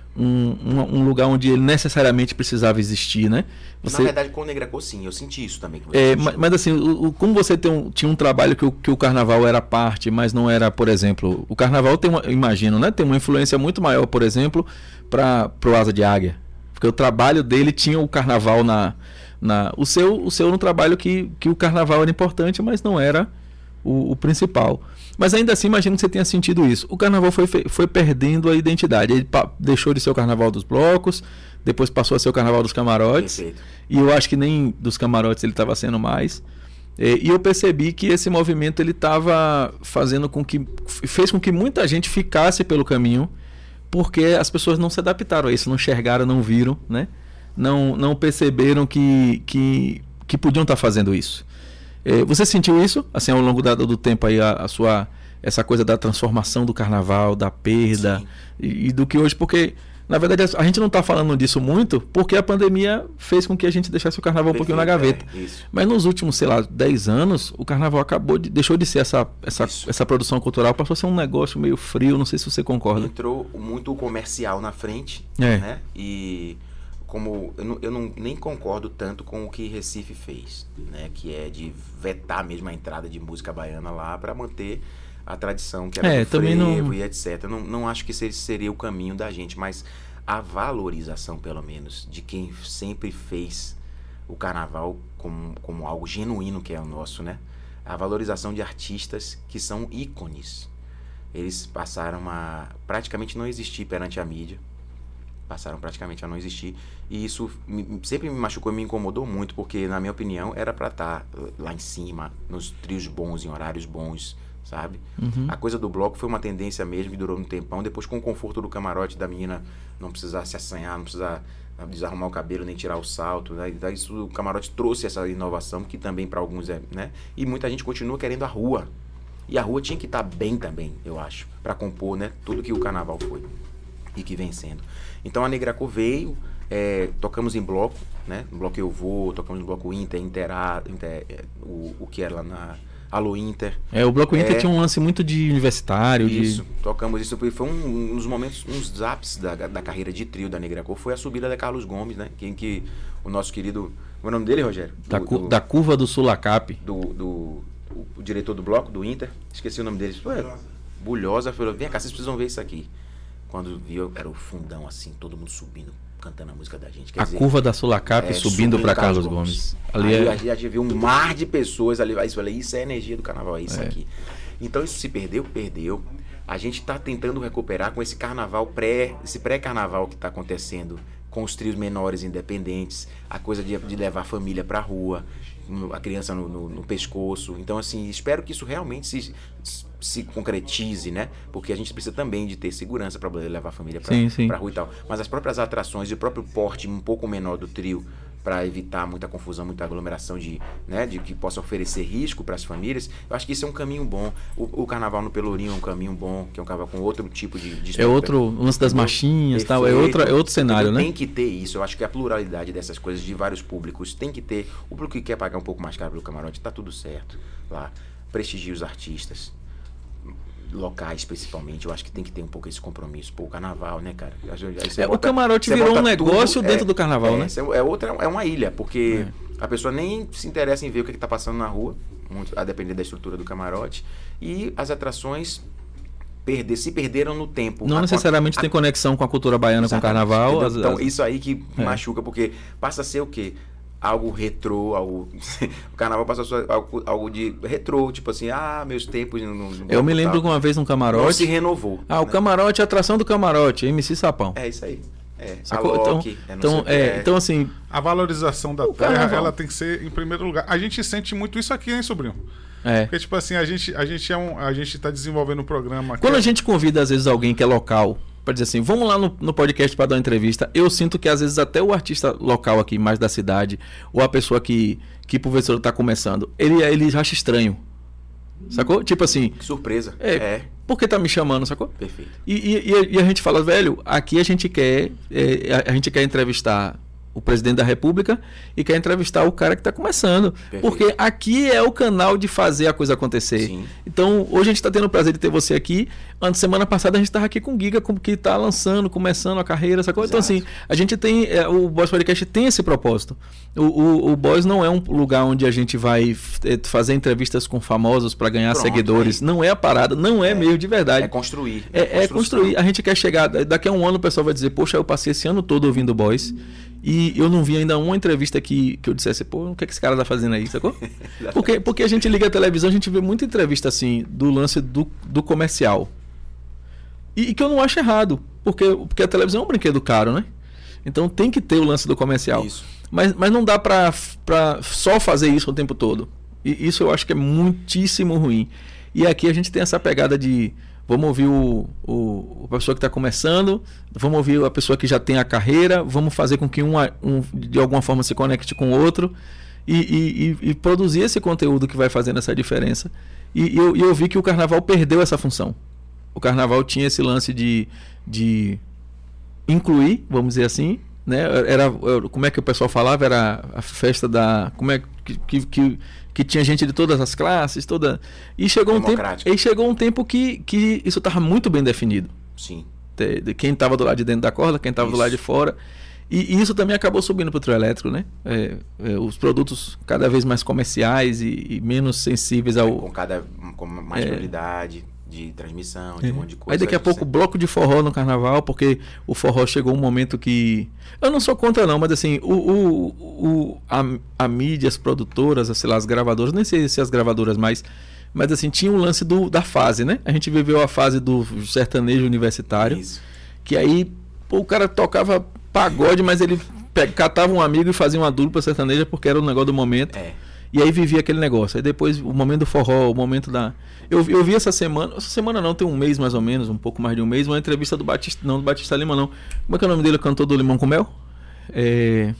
um, um, um lugar onde ele necessariamente precisava existir, né? Você... Na verdade, com o Negracô, sim, eu senti isso também. Que você É, sentiu. mas, mas assim, o, o- como você tem um- tinha um trabalho que o, que o carnaval era parte, mas não era, por exemplo, o carnaval tem uma, eu imagino, né? Tem uma influência muito maior, por exemplo, para o Asa de Águia. Porque o trabalho dele tinha o carnaval na. na o seu, o seu no trabalho que, que o carnaval era importante, mas não era o, o principal. Mas ainda assim, imagino que você tenha sentido isso. O carnaval foi, fe- foi perdendo a identidade. Ele pa- deixou de ser o carnaval dos blocos, depois passou a ser o carnaval dos camarotes. Perfeito. E eu acho que nem dos camarotes ele estava sendo mais. É, E eu percebi que esse movimento ele estava fazendo com que fez com que muita gente ficasse pelo caminho, porque as pessoas não se adaptaram a isso, não enxergaram, não viram, né? Não, não perceberam que, que, que podiam estar fazendo isso. É, você sentiu isso, assim, ao longo da- do tempo aí, a, a sua essa coisa da transformação do carnaval, da perda Sim. e, e do que hoje, porque na verdade a, a gente não está falando disso muito, porque a pandemia fez com que a gente deixasse o carnaval um pouquinho na Perfeito, gaveta. é, isso. Mas nos últimos, sei lá, dez anos, o carnaval acabou de, deixou de ser essa, essa, Isso. essa produção cultural, passou a ser um negócio meio frio, não sei se você concorda. Entrou muito comercial na frente, É. né? E como eu, não, eu não- nem concordo tanto com o que Recife fez, né? Que é de vetar mesmo a entrada de música baiana lá para manter a tradição que era É, do também frevo não- e etcétera. Não, não acho que esse seria o caminho da gente, mas a valorização, pelo menos, de quem sempre fez o carnaval como, como algo genuíno que é o nosso, né? A valorização de artistas que são ícones. Eles passaram a praticamente não existir perante a mídia. Passaram praticamente a não existir. E isso me- sempre me machucou e me incomodou muito, porque, na minha opinião, era pra estar lá em cima, nos trios bons, em horários bons, sabe? Uhum. A coisa do bloco foi uma tendência mesmo que durou um tempão. Depois, com o conforto do camarote da menina não precisar se assanhar, não precisar desarrumar o cabelo, nem tirar o salto. Daí, daí isso, o camarote trouxe essa inovação, que também para alguns é, né? E muita gente continua querendo a rua. E a rua tinha que estar bem também, eu acho, para compor, né? Tudo que o carnaval foi e que vem sendo. Então a Negracô veio, é, tocamos em bloco, né? No bloco Eu Vou, tocamos no bloco Inter, Interá, Inter, é, o, o que era lá na Alô Inter. É, o Bloco Inter É. tinha um lance muito de universitário, Isso, de... tocamos isso. Foi um, um dos momentos, uns ápices da, da carreira de trio da Negracô, foi a subida da Carlos Gomes, né? Em que o nosso querido... Qual é o nome dele, Rogério? Da, Do- cu- do- da curva do Sulacap. do, do o, o diretor do bloco, do Inter, esqueci o nome dele. Ué, Bulhosa falou, vem cá, vocês precisam ver isso aqui. Quando viu, era o fundão assim, todo mundo subindo, cantando a música da gente. Quer A dizer, curva da Sulacap é, subindo para Carlos Gomes. Ali Ali é... a gente viu um mar de pessoas ali. Aí eu falei, isso é a energia do carnaval, é isso É. aqui. Então isso se perdeu, perdeu. A gente está tentando recuperar com esse carnaval pré, esse pré-carnaval que está acontecendo com os trios menores independentes, a coisa de, de levar a família para a rua, no- a criança no, no- no pescoço. Então, assim, espero que isso realmente se, se concretize, né? Porque a gente precisa também de ter segurança para poder levar a família para Sim, sim. a rua e tal. Mas as próprias atrações e o próprio porte um pouco menor do trio, para evitar muita confusão, muita aglomeração de, né, de que possa oferecer risco para as famílias, eu acho que isso é um caminho bom. O, o carnaval no Pelourinho é um caminho bom, que é um carnaval com outro tipo de... de É outro o lance das Entendeu? marchinhas e tal, é, Perfeito. outra, é outro cenário, Entendeu? né? Tem que ter isso. Eu acho que a pluralidade dessas coisas de vários públicos tem que ter. O público que quer pagar um pouco mais caro pelo camarote, tá tudo certo lá. Prestigie os artistas locais, principalmente. Eu acho que tem que ter um pouco esse compromisso. Pô, o carnaval, né, cara? Aí você É, o bota- camarote você virou bota um negócio tudo, dentro é, do carnaval, é, né? você- É outra, é uma ilha, porque a pessoa nem se interessa em ver o que está passando na rua, muito, a depender da estrutura do camarote, e as atrações perder, se perderam no tempo. Não A- necessariamente a- tem conexão com a cultura baiana, com o Exatamente, carnaval. entendeu? as- Então, as- isso aí que É. machuca, porque passa a ser o quê? Algo retrô, algo... o carnaval passa a ser algo, algo de retrô, tipo assim, ah, meus tempos... No, no Eu me lembro tal. que uma vez num Não se camarote. renovou. Ah, o né? camarote, a atração do camarote, M C Sapão. É isso aí. É, Sacou? a Então, Loki, é não então, sei o que, é, então, assim, A valorização da O terra, carnaval. ela tem que ser em primeiro lugar. A gente sente muito isso aqui, hein, sobrinho? é. Porque, tipo assim, a gente, a gente, é um, a gente tá desenvolvendo um programa... que Quando é- a gente convida, às vezes, alguém que é local, pra dizer assim, vamos lá no, no podcast pra dar uma entrevista, eu sinto que, às vezes, até o artista local aqui, mais da cidade, ou a pessoa que, que professor tá começando, ele, ele acha estranho. Sacou? Tipo assim, Que surpresa. é, É, por que tá me chamando, sacou? perfeito. E, e- e a- e a gente fala, velho, aqui a gente quer, é, a, a gente quer entrevistar o presidente da República e quer entrevistar o cara que está começando. Perfeito. Porque aqui é o canal de fazer a coisa acontecer. Sim. Então, hoje a gente está tendo o prazer de ter você aqui. Antes, semana passada, a gente estava aqui com o Giga, que está lançando, começando a carreira, essa coisa. Então, assim, a gente tem. É, o Boys Podcast tem esse propósito. O, o, o Boys não é um lugar onde a gente vai fazer entrevistas com famosos para ganhar Pronto, seguidores. Aí. Não é a parada, não é, é meio de verdade. É construir. É, é construir. A gente quer chegar. Daqui a um ano o pessoal vai dizer, poxa, eu passei esse ano todo ouvindo o Boys. E eu não vi ainda uma entrevista que, que eu dissesse, pô, o que, é que esse cara tá fazendo aí, sacou? Porque, porque a gente liga a televisão, a gente vê muita entrevista assim, do lance do, do comercial. E, e que eu não acho errado, porque, porque a televisão é um brinquedo caro, né? Então tem que ter o lance do comercial. Isso. Mas, mas não dá pra, pra só fazer isso o tempo todo. E isso eu acho que é muitíssimo ruim. E aqui a gente tem essa pegada de... Vamos ouvir o, o, a pessoa que está começando, vamos ouvir a pessoa que já tem a carreira, vamos fazer com que um, um de alguma forma se conecte com o outro e, e, e produzir esse conteúdo que vai fazendo essa diferença. E, e eu, eu vi que o Carnaval perdeu essa função. O Carnaval tinha esse lance de, de incluir, vamos dizer assim, né? Era, como é que o pessoal falava? Era a festa da... Como é que... que, que que tinha gente de todas as classes, toda... E chegou um tempo, e chegou um tempo que, que isso estava muito bem definido. Sim. De, de quem estava do lado de dentro da corda, quem estava do lado de fora. E, e isso também acabou subindo para o trio elétrico, né? É, é, os produtos cada vez mais comerciais e, e menos sensíveis ao... Com cada com mais é, prioridade de transmissão, de é. um monte de coisa. Aí daqui a pouco bloco de forró no Carnaval, porque o forró chegou um momento que... Eu não sou contra não, mas assim, o, o, o, a, a mídia, as produtoras, sei lá, as gravadoras, nem sei se as gravadoras mais... Mas assim, tinha um lance do, da fase, né? A gente viveu a fase do sertanejo universitário. Isso. Que aí pô, o cara tocava pagode, mas ele pegava, catava um amigo e fazia uma dupla sertaneja porque era o negócio do momento. É. E aí vivia aquele negócio. Aí depois o momento do forró, o momento da... Eu, eu vi essa semana, essa semana não, tem um mês mais ou menos, um pouco mais de um mês, uma entrevista do Batista, não do Batista Lima não. Como é que é o nome dele, o cantor do Limão com Mel? É...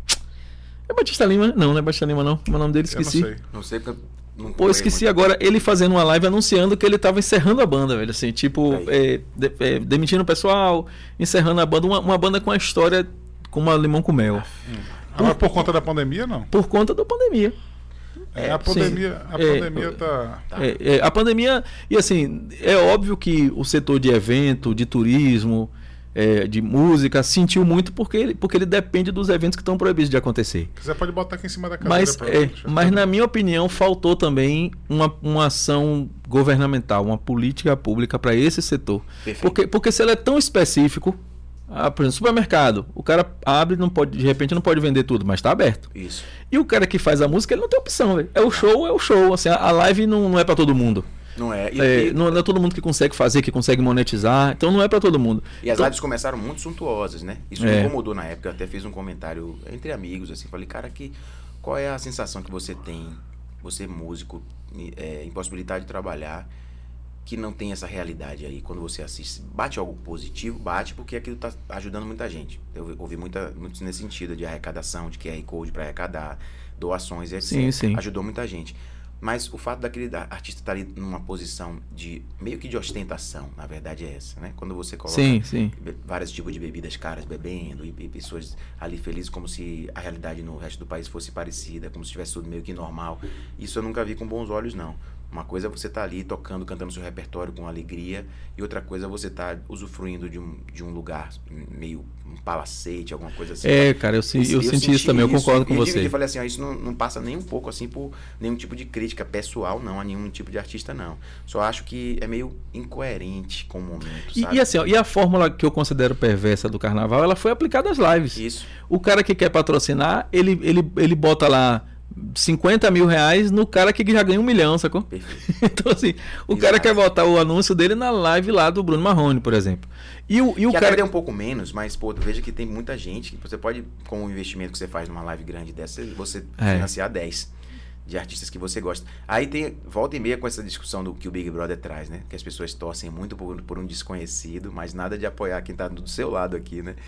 É Batista Lima? Não, não é Batista Lima não. Como é o nome dele? Esqueci. Eu não sei. Não sei porque... Não Pô, esqueci agora, ele fazendo uma live anunciando que ele tava encerrando a banda, velho. Assim, tipo, é, de, é, demitindo o pessoal, encerrando a banda. Uma, uma banda com a história com uma Limão com Mel. Hum. Por, Mas por conta da pandemia, não? Por conta da pandemia. É, a pandemia, a pandemia é, tá... É, é, a pandemia, e assim, é óbvio que o setor de evento, de turismo, é, de música, sentiu muito porque ele, porque ele depende dos eventos que estão proibidos de acontecer. Se quiser pode botar aqui em cima da cadeira. Mas, é, mas na minha opinião, faltou também uma, uma ação governamental, uma política pública para esse setor. Porque, porque se ele é tão específico... Ah, por exemplo, supermercado, o cara abre, não pode, de repente não pode vender tudo, mas está aberto. Isso. E o cara que faz a música, ele não tem opção, véio. É o show, é o show. Assim, a live não, não é para todo mundo. Não é. E, é e... Não, não é todo mundo que consegue fazer, que consegue monetizar. Então não é para todo mundo. E as então... lives começaram muito suntuosas, né? Isso me é. incomodou na época. Eu até fiz um comentário entre amigos, assim, falei, cara, que, qual é a sensação que você tem, você músico, é, impossibilidade de trabalhar, que não tem essa realidade aí, quando você assiste, bate algo positivo, bate porque aquilo está ajudando muita gente. Eu ouvi muita, muito nesse sentido de arrecadação, de Q R Code para arrecadar, doações, etcétera. Sim, sim. Ajudou muita gente. Mas o fato daquele artista estar ali numa posição de meio que de ostentação, na verdade é essa, né? Quando você coloca sim, sim. vários tipos de bebidas caras bebendo e, e pessoas ali felizes como se a realidade no resto do país fosse parecida, como se tivesse tudo meio que normal. Isso eu nunca vi com bons olhos, não. Uma coisa é você estar tá ali tocando, cantando seu repertório com alegria, e outra coisa é você estar tá usufruindo de um, de um lugar meio um palacete, alguma coisa assim. É, cara, eu, eu, eu, eu senti, senti isso também, eu concordo com e você. Eu falei assim, ó, isso não, não passa nem um pouco assim por nenhum tipo de crítica pessoal, não, a nenhum tipo de artista, não. Só acho que é meio incoerente com o momento, e, sabe? E assim, ó, e a fórmula que eu considero perversa do Carnaval, ela foi aplicada às lives. Isso. O cara que quer patrocinar, ele, ele, ele bota lá cinquenta mil reais no cara que já ganha um milhão, sacou? Perfeito. Então assim, o Exato. cara quer botar o anúncio dele na live lá do Bruno Marrone, por exemplo. E o, e o que cara... até um pouco menos, mas pô, veja que tem muita gente que você pode, com o investimento que você faz numa live grande dessa, você é. financiar dez de artistas que você gosta. Aí tem, volta e meia com essa discussão do que o Big Brother traz, né? Que as pessoas torcem muito por, por um desconhecido, mas nada de apoiar quem tá do seu lado aqui, né?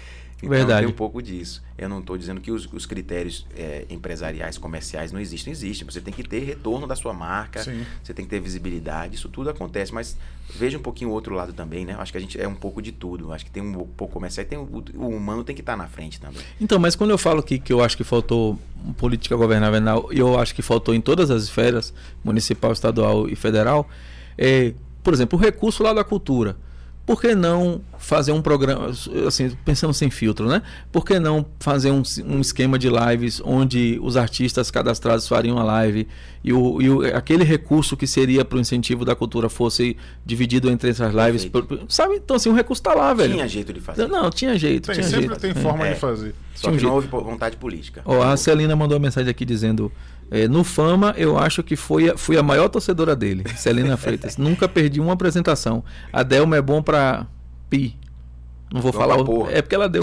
Verdade. Tem um pouco disso. Eu não estou dizendo que os, os critérios é, empresariais, comerciais não existem. Existem. Você tem que ter retorno da sua marca, Sim. você tem que ter visibilidade, isso tudo acontece. Mas veja um pouquinho o outro lado também, né? Acho que a gente é um pouco de tudo. Acho que tem um pouco comercial e tem, o, o humano tem que estar na frente também. Então, mas quando eu falo que, que eu acho que faltou política governamental, e eu acho que faltou em todas as esferas, municipal, estadual e federal, é, por exemplo, o recurso lá da cultura. Por que não fazer um programa, assim, pensando sem filtro, né? Por que não fazer um, um esquema de lives onde os artistas cadastrados fariam a live e, o, e o, aquele recurso que seria para o incentivo da cultura fosse dividido entre essas lives? Por, sabe? Então, assim, o recurso está lá, velho. Tinha jeito de fazer. Não, tinha jeito. Tem, tinha sempre jeito. tem forma é. de fazer. Só tinha que um não jeito. houve vontade política. Ó, a Celina mandou uma mensagem aqui dizendo: é, no Fama, eu acho que foi a, fui a maior torcedora dele, Celina Freitas. Nunca perdi uma apresentação. A Delma é bom pra pi. Não vou Bom falar. pra O, porra. é porque ela deu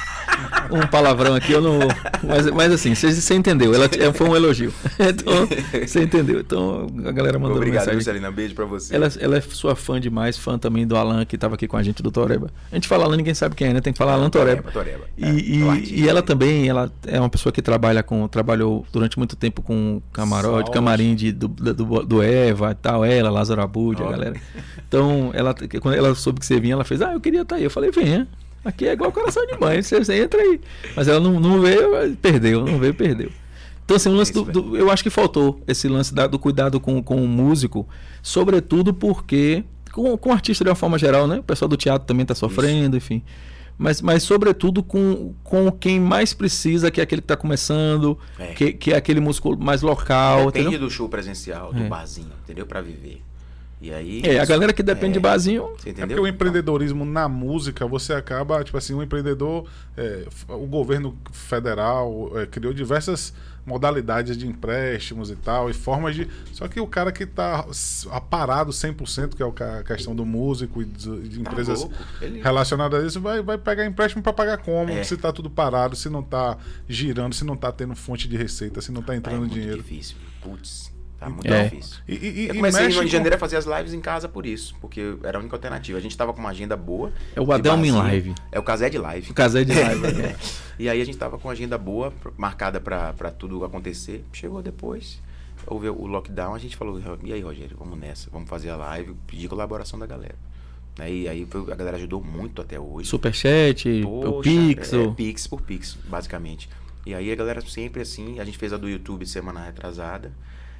um, um palavrão aqui, eu não. Mas, mas assim, você, você entendeu. Ela é, foi um elogio. Então, você entendeu. Então, a galera mandou Obrigado, mensagem. Celina. Beijo pra você. Ela, ela é sua fã demais, fã também do Alan, que estava aqui com a gente, do Toreba. A gente fala Alan, ninguém sabe quem é, né? Tem que falar Alan Toreba. Toreba. E, É, e, do artista. e ela também, ela é uma pessoa que trabalha com, trabalhou durante muito tempo com camarote, Saúde. camarim de, do, do, do Eva e tal, ela, Lázaro Abud, a Olha. galera. Então, ela, quando ela soube que você vinha, ela fez, ah, eu queria estar aí. Eu falei, venha. Aqui é igual coração de mãe, você, você entra aí. Mas ela não, não veio, perdeu, não veio, perdeu. Então, assim, o lance do, do, eu acho que faltou esse lance da, do cuidado com, com o músico, sobretudo porque, com, com o artista de uma forma geral, né? O pessoal do teatro também está sofrendo, enfim. Mas, mas sobretudo com, com quem mais precisa, que é aquele que está começando, É. que, que é aquele músico mais local. Depende Entendeu? do show presencial, do É. barzinho, entendeu? Pra viver. E aí... É, a galera que depende é, de barzinho. Você É entendeu? porque o empreendedorismo na música, você acaba, tipo assim, um empreendedor, é, f- o governo federal é, criou diversas modalidades de empréstimos e tal, e formas de... Só que o cara que está parado cem por cento, que é o ca- a questão do músico e de, de Tá empresas louco. Ele- relacionadas a isso, vai, vai pegar empréstimo para pagar como? É. Se está tudo parado, se não está girando, se não está tendo fonte de receita, se não está Tá, é entrando muito dinheiro. difícil. Putz, tá muito É. difícil. E, e, Eu e comecei mexe em com- janeiro a fazer as lives em casa por isso, porque era a única alternativa. A gente tava com uma agenda boa. É o de Adelmo em barzinho. live. É o Casé de Live. O casé de live. né? E aí a gente tava com a agenda boa, pr- marcada pra pra tudo acontecer. Chegou depois, houve o lockdown, a gente falou, e aí, Rogério, vamos nessa, vamos fazer a live, pedir colaboração da galera. Aí, aí foi- a galera ajudou muito até hoje. Superchat, o Poxa, Pix. É, o- Pix por Pix, basicamente. E aí a galera sempre assim, a gente fez a do YouTube semana retrasada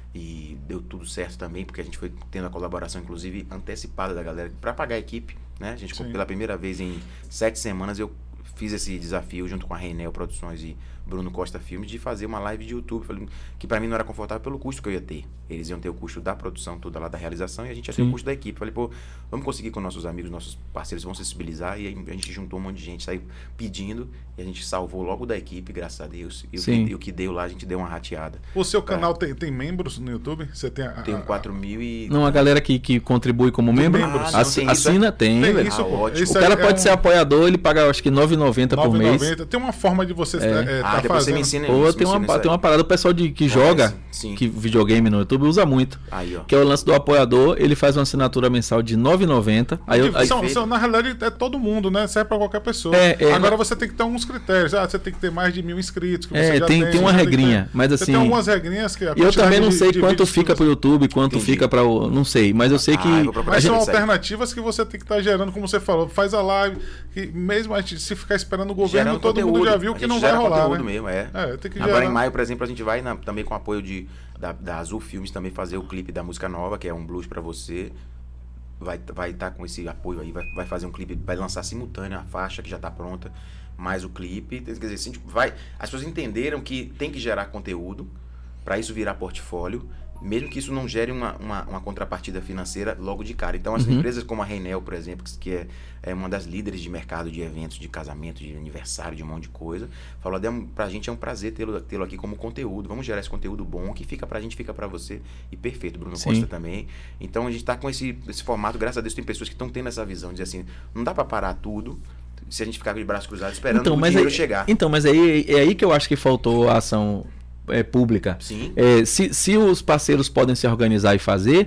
e deu tudo certo também, porque a gente foi tendo a colaboração, inclusive, antecipada da galera para pagar a equipe, né? A gente, Sim. pela primeira vez em sete semanas, eu fiz esse desafio junto com a Reinel Produções e Bruno Costa Filmes de fazer uma live de YouTube, falei, que para mim não era confortável pelo custo que eu ia ter. Eles iam ter o custo da produção toda lá, da realização, e a gente ia ter Sim. o custo da equipe. Falei, pô, vamos conseguir com nossos amigos, nossos parceiros, vão sensibilizar, e aí a gente juntou um monte de gente, saiu pedindo, e a gente salvou logo da equipe, graças a Deus. E o, Sim. que, e o que deu lá, a gente deu uma rateada. O seu canal tem, tem membros no YouTube? Você tem a, Tem a- quatro mil e... Não, a galera que, que contribui como membro, membros. Ah, assi- não, tem isso, assina, tem, Tem velho. isso, Ah, pô. ótimo. Isso O cara aí é pode um ser apoiador, ele paga acho que nove reais e noventa centavos por nove e mês. noventa. Tem uma forma de você É. é, Ah, tá depois você fazendo. me ensina Pô, isso, tem me uma, ensina isso tem uma aí. parada, o pessoal de, que Conhece? joga Sim. que videogame no YouTube usa muito. Aí, ó. Que é o lance do apoiador, ele faz uma assinatura mensal de nove reais e noventa centavos. Aí, eu- aí- São- feito. são- na realidade, é todo mundo, né? Serve pra qualquer pessoa. É, é, Agora mas- você tem que ter alguns critérios. Ah, você tem que ter mais de mil inscritos. Que É, você já tem- tem uma você que regrinha, ter- mas Você assim- tem algumas regrinhas que a E eu quantidade também não de- sei de quanto vídeos que fica você- pro YouTube, quanto Entendi. fica para o. Não sei, mas eu sei que. Ah, eu vou procurar Mas Imagina são isso aí. alternativas que você tem que estar gerando, como você falou. Faz a live, que mesmo a gente, se ficar esperando o governo, Gerando todo mundo conteúdo. já viu A que gente não vai gera rolar, conteúdo né? mesmo, é. É, tem que Agora gerar. em maio, por exemplo, a gente vai na- também com apoio de, da, da Azul Filmes também fazer o clipe da música nova, que é um blues pra você. Vai vai estar com esse apoio aí, vai, vai fazer um clipe, vai lançar simultâneo a faixa que já tá pronta, mais o clipe. Quer dizer, assim, tipo, vai, as pessoas entenderam que tem que gerar conteúdo para isso virar portfólio, mesmo que isso não gere uma, uma, uma contrapartida financeira logo de cara. Então, as Uhum. empresas como a Reinel, por exemplo, que é, é uma das líderes de mercado de eventos, de casamento, de aniversário, de um monte de coisa, falou, Adel, pra gente é um prazer tê-lo tê-lo aqui como conteúdo, vamos gerar esse conteúdo bom, que fica pra gente, fica pra você, e perfeito, Bruno Sim. Costa também. Então, a gente tá com esse, esse formato, graças a Deus, tem pessoas que estão tendo essa visão, de dizer assim, não dá pra parar tudo, se a gente ficar de braços cruzados esperando Então, o mas dinheiro aí, chegar. então, mas aí é aí que eu acho que faltou a ação é, pública. Sim. É, se, se os parceiros podem se organizar e fazer,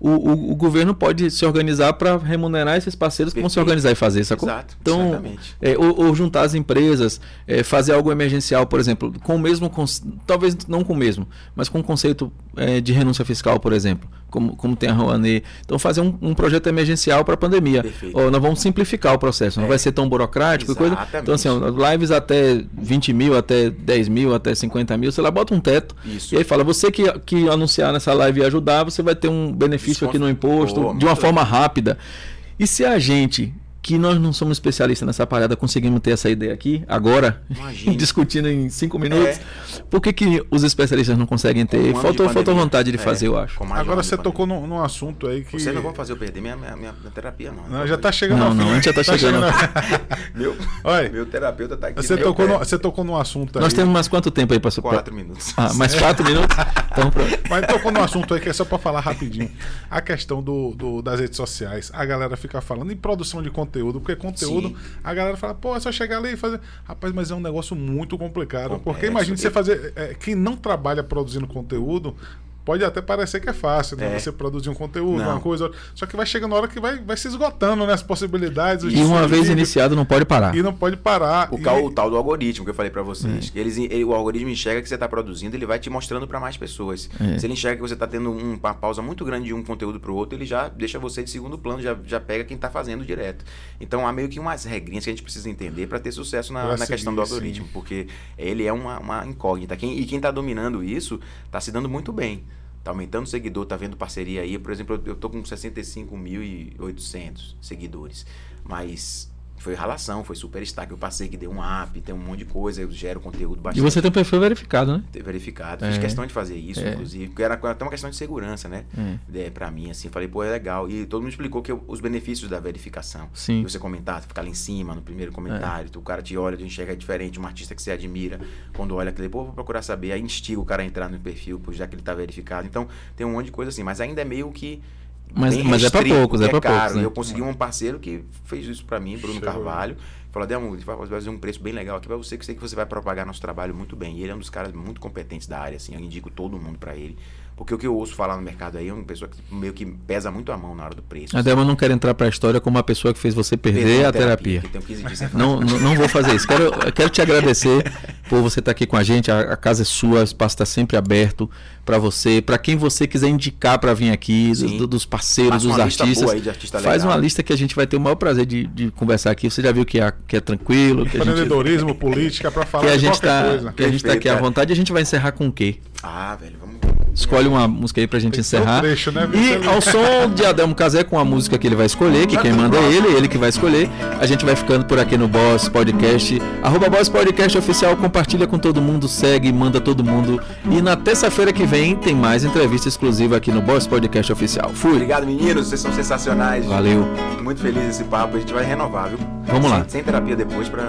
o, o, o governo pode se organizar para remunerar esses parceiros que vão se organizar e fazer, sacou? Exato, então, exatamente. É, ou, ou juntar as empresas, é, fazer algo emergencial, por exemplo, com o mesmo, talvez não com o mesmo, mas com o conceito é, de renúncia fiscal, por exemplo, como, como tem a Rouanet. Então, fazer um, um projeto emergencial para a pandemia. Ou nós vamos simplificar o processo, não é. vai ser tão burocrático e coisa. Então, assim, ó, lives até vinte mil, até dez mil, até cinquenta mil, você lá bota um teto. Isso. E aí fala, você que, que anunciar nessa live e ajudar, você vai ter um benefício Desconto. aqui no imposto, Boa, de uma forma legal. rápida. E se a gente, que nós não somos especialistas nessa parada, conseguimos ter essa ideia aqui, agora, discutindo em cinco minutos, é. por que, que os especialistas não conseguem ter? Um faltou, faltou vontade de fazer, é. eu acho. Agora você tocou num, num assunto aí que... Você não vai fazer eu perder minha, minha, minha terapia, não. Não, já tá chegando Não, não, a gente já tá, tá chegando. meu, meu terapeuta tá aqui. Você tocou, no, você tocou num assunto aí... Nós temos mais quanto tempo aí para... Quatro minutos. Ah, mais quatro minutos? Então, pronto. Mas tocou num assunto aí que é só para falar rapidinho. A questão do, do, das redes sociais. A galera fica falando em produção de conteúdo, porque conteúdo Sim. a galera fala, pô, é só chegar ali e fazer. Rapaz, mas é um negócio muito complicado. Complexo. Porque imagina você fazer. É, quem não trabalha produzindo conteúdo. Pode até parecer que é fácil, né? É. Você produzir um conteúdo, não. uma coisa. Só que vai chegando a hora que vai, vai se esgotando, né? As possibilidades. E uma vez iniciado, não pode parar. E não pode parar. O, e... cal, o tal do algoritmo que eu falei pra vocês. É. Eles, ele, o algoritmo enxerga que você tá produzindo, ele vai te mostrando pra mais pessoas. É. Se ele enxerga que você tá tendo um, uma pausa muito grande de um conteúdo pro outro, ele já deixa você de segundo plano, já, já pega quem tá fazendo direto. Então há meio que umas regrinhas que a gente precisa entender pra ter sucesso na, na seguir, questão do algoritmo. Sim. Porque ele é uma, uma incógnita. Quem, e quem tá dominando isso tá se dando muito bem. Tá aumentando o seguidor, tá vendo parceria aí. Por exemplo, eu tô com sessenta e cinco mil e oitocentos seguidores. Mas foi ralação, foi Superstar que eu passei, que deu um app, tem um monte de coisa, eu gero conteúdo bastante. E você tem um perfil verificado, né? Verificado. É. Fiz questão de fazer isso, é. inclusive, porque era até uma questão de segurança, né? É. É, pra mim, assim, falei, pô, é legal. E todo mundo explicou que eu, os benefícios da verificação. Sim. E você comentar, ficar lá em cima, no primeiro comentário, é. o cara te olha, te enxerga diferente, um artista que você admira, quando olha aquele, pô, vou procurar saber, aí instiga o cara a entrar no perfil, já que ele tá verificado. Então, tem um monte de coisa assim, mas ainda é meio que Mas, mas é para poucos, é, é para poucos. Né? Eu consegui um parceiro que fez isso para mim, Bruno Show. Carvalho. Falou, Adelmo, a gente vai fazer um preço bem legal aqui para você, que sei que você vai propagar nosso trabalho muito bem. E ele é um dos caras muito competentes da área, assim, eu indico todo mundo para ele. Porque o que eu ouço falar no mercado aí é uma pessoa que meio que pesa muito a mão na hora do preço. A Adelmo não quer entrar para a história como uma pessoa que fez você perder Perdeu a terapia. terapia. quinze dias não, não, não vou fazer isso. Quero, quero te agradecer por você estar aqui com a gente. A, a casa é sua, o espaço está sempre aberto para você. Para quem você quiser indicar para vir aqui, dos, dos parceiros, dos artistas. Aí de artista faz legal. Uma lista que a gente vai ter o maior prazer de, de conversar aqui. Você já viu que é, que é tranquilo. Que Empreendedorismo, gente, política, para falar que a de gente qualquer tá, coisa. Que a gente está aqui à vontade. E a gente vai encerrar com o quê? Ah, velho, vamos... Escolhe uma música aí pra gente encerrar. Um trecho, né? E ao som de Adelmo Cazé com a música que ele vai escolher, que quem manda é ele, ele que vai escolher. A gente vai ficando por aqui no Boss Podcast. Arroba Boss Podcast Oficial, compartilha com todo mundo, segue, manda todo mundo. E na terça-feira que vem tem mais entrevista exclusiva aqui no Boss Podcast Oficial. Fui. Obrigado, meninos, vocês são sensacionais. Valeu. Fico muito feliz esse papo, a gente vai renovar, viu? Vamos sem, lá. Sem terapia depois pra...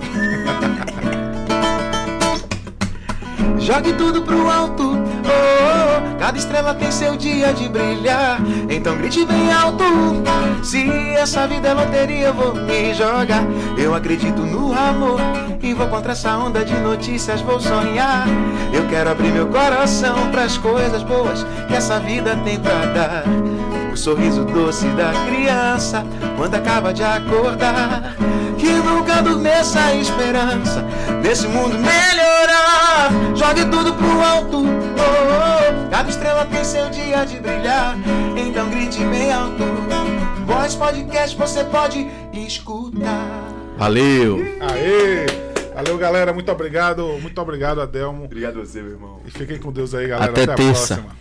Jogue tudo pro alto, oh, oh, cada estrela tem seu dia de brilhar. Então grite bem alto, se essa vida é loteria eu vou me jogar. Eu acredito no amor e vou contra essa onda de notícias, vou sonhar. Eu quero abrir meu coração pras coisas boas que essa vida tem pra dar. O sorriso doce da criança quando acaba de acordar. Que nunca adormeça a esperança desse mundo melhorar. Jogue tudo pro alto, oh, oh. Cada estrela tem seu dia de brilhar. Então grite bem alto. Boss Podcast você pode escutar. Valeu. Aê. Valeu, galera. Muito obrigado. Muito obrigado, Adelmo. Obrigado a você, meu irmão. E fiquem com Deus aí, galera. Até, Até a terça. próxima.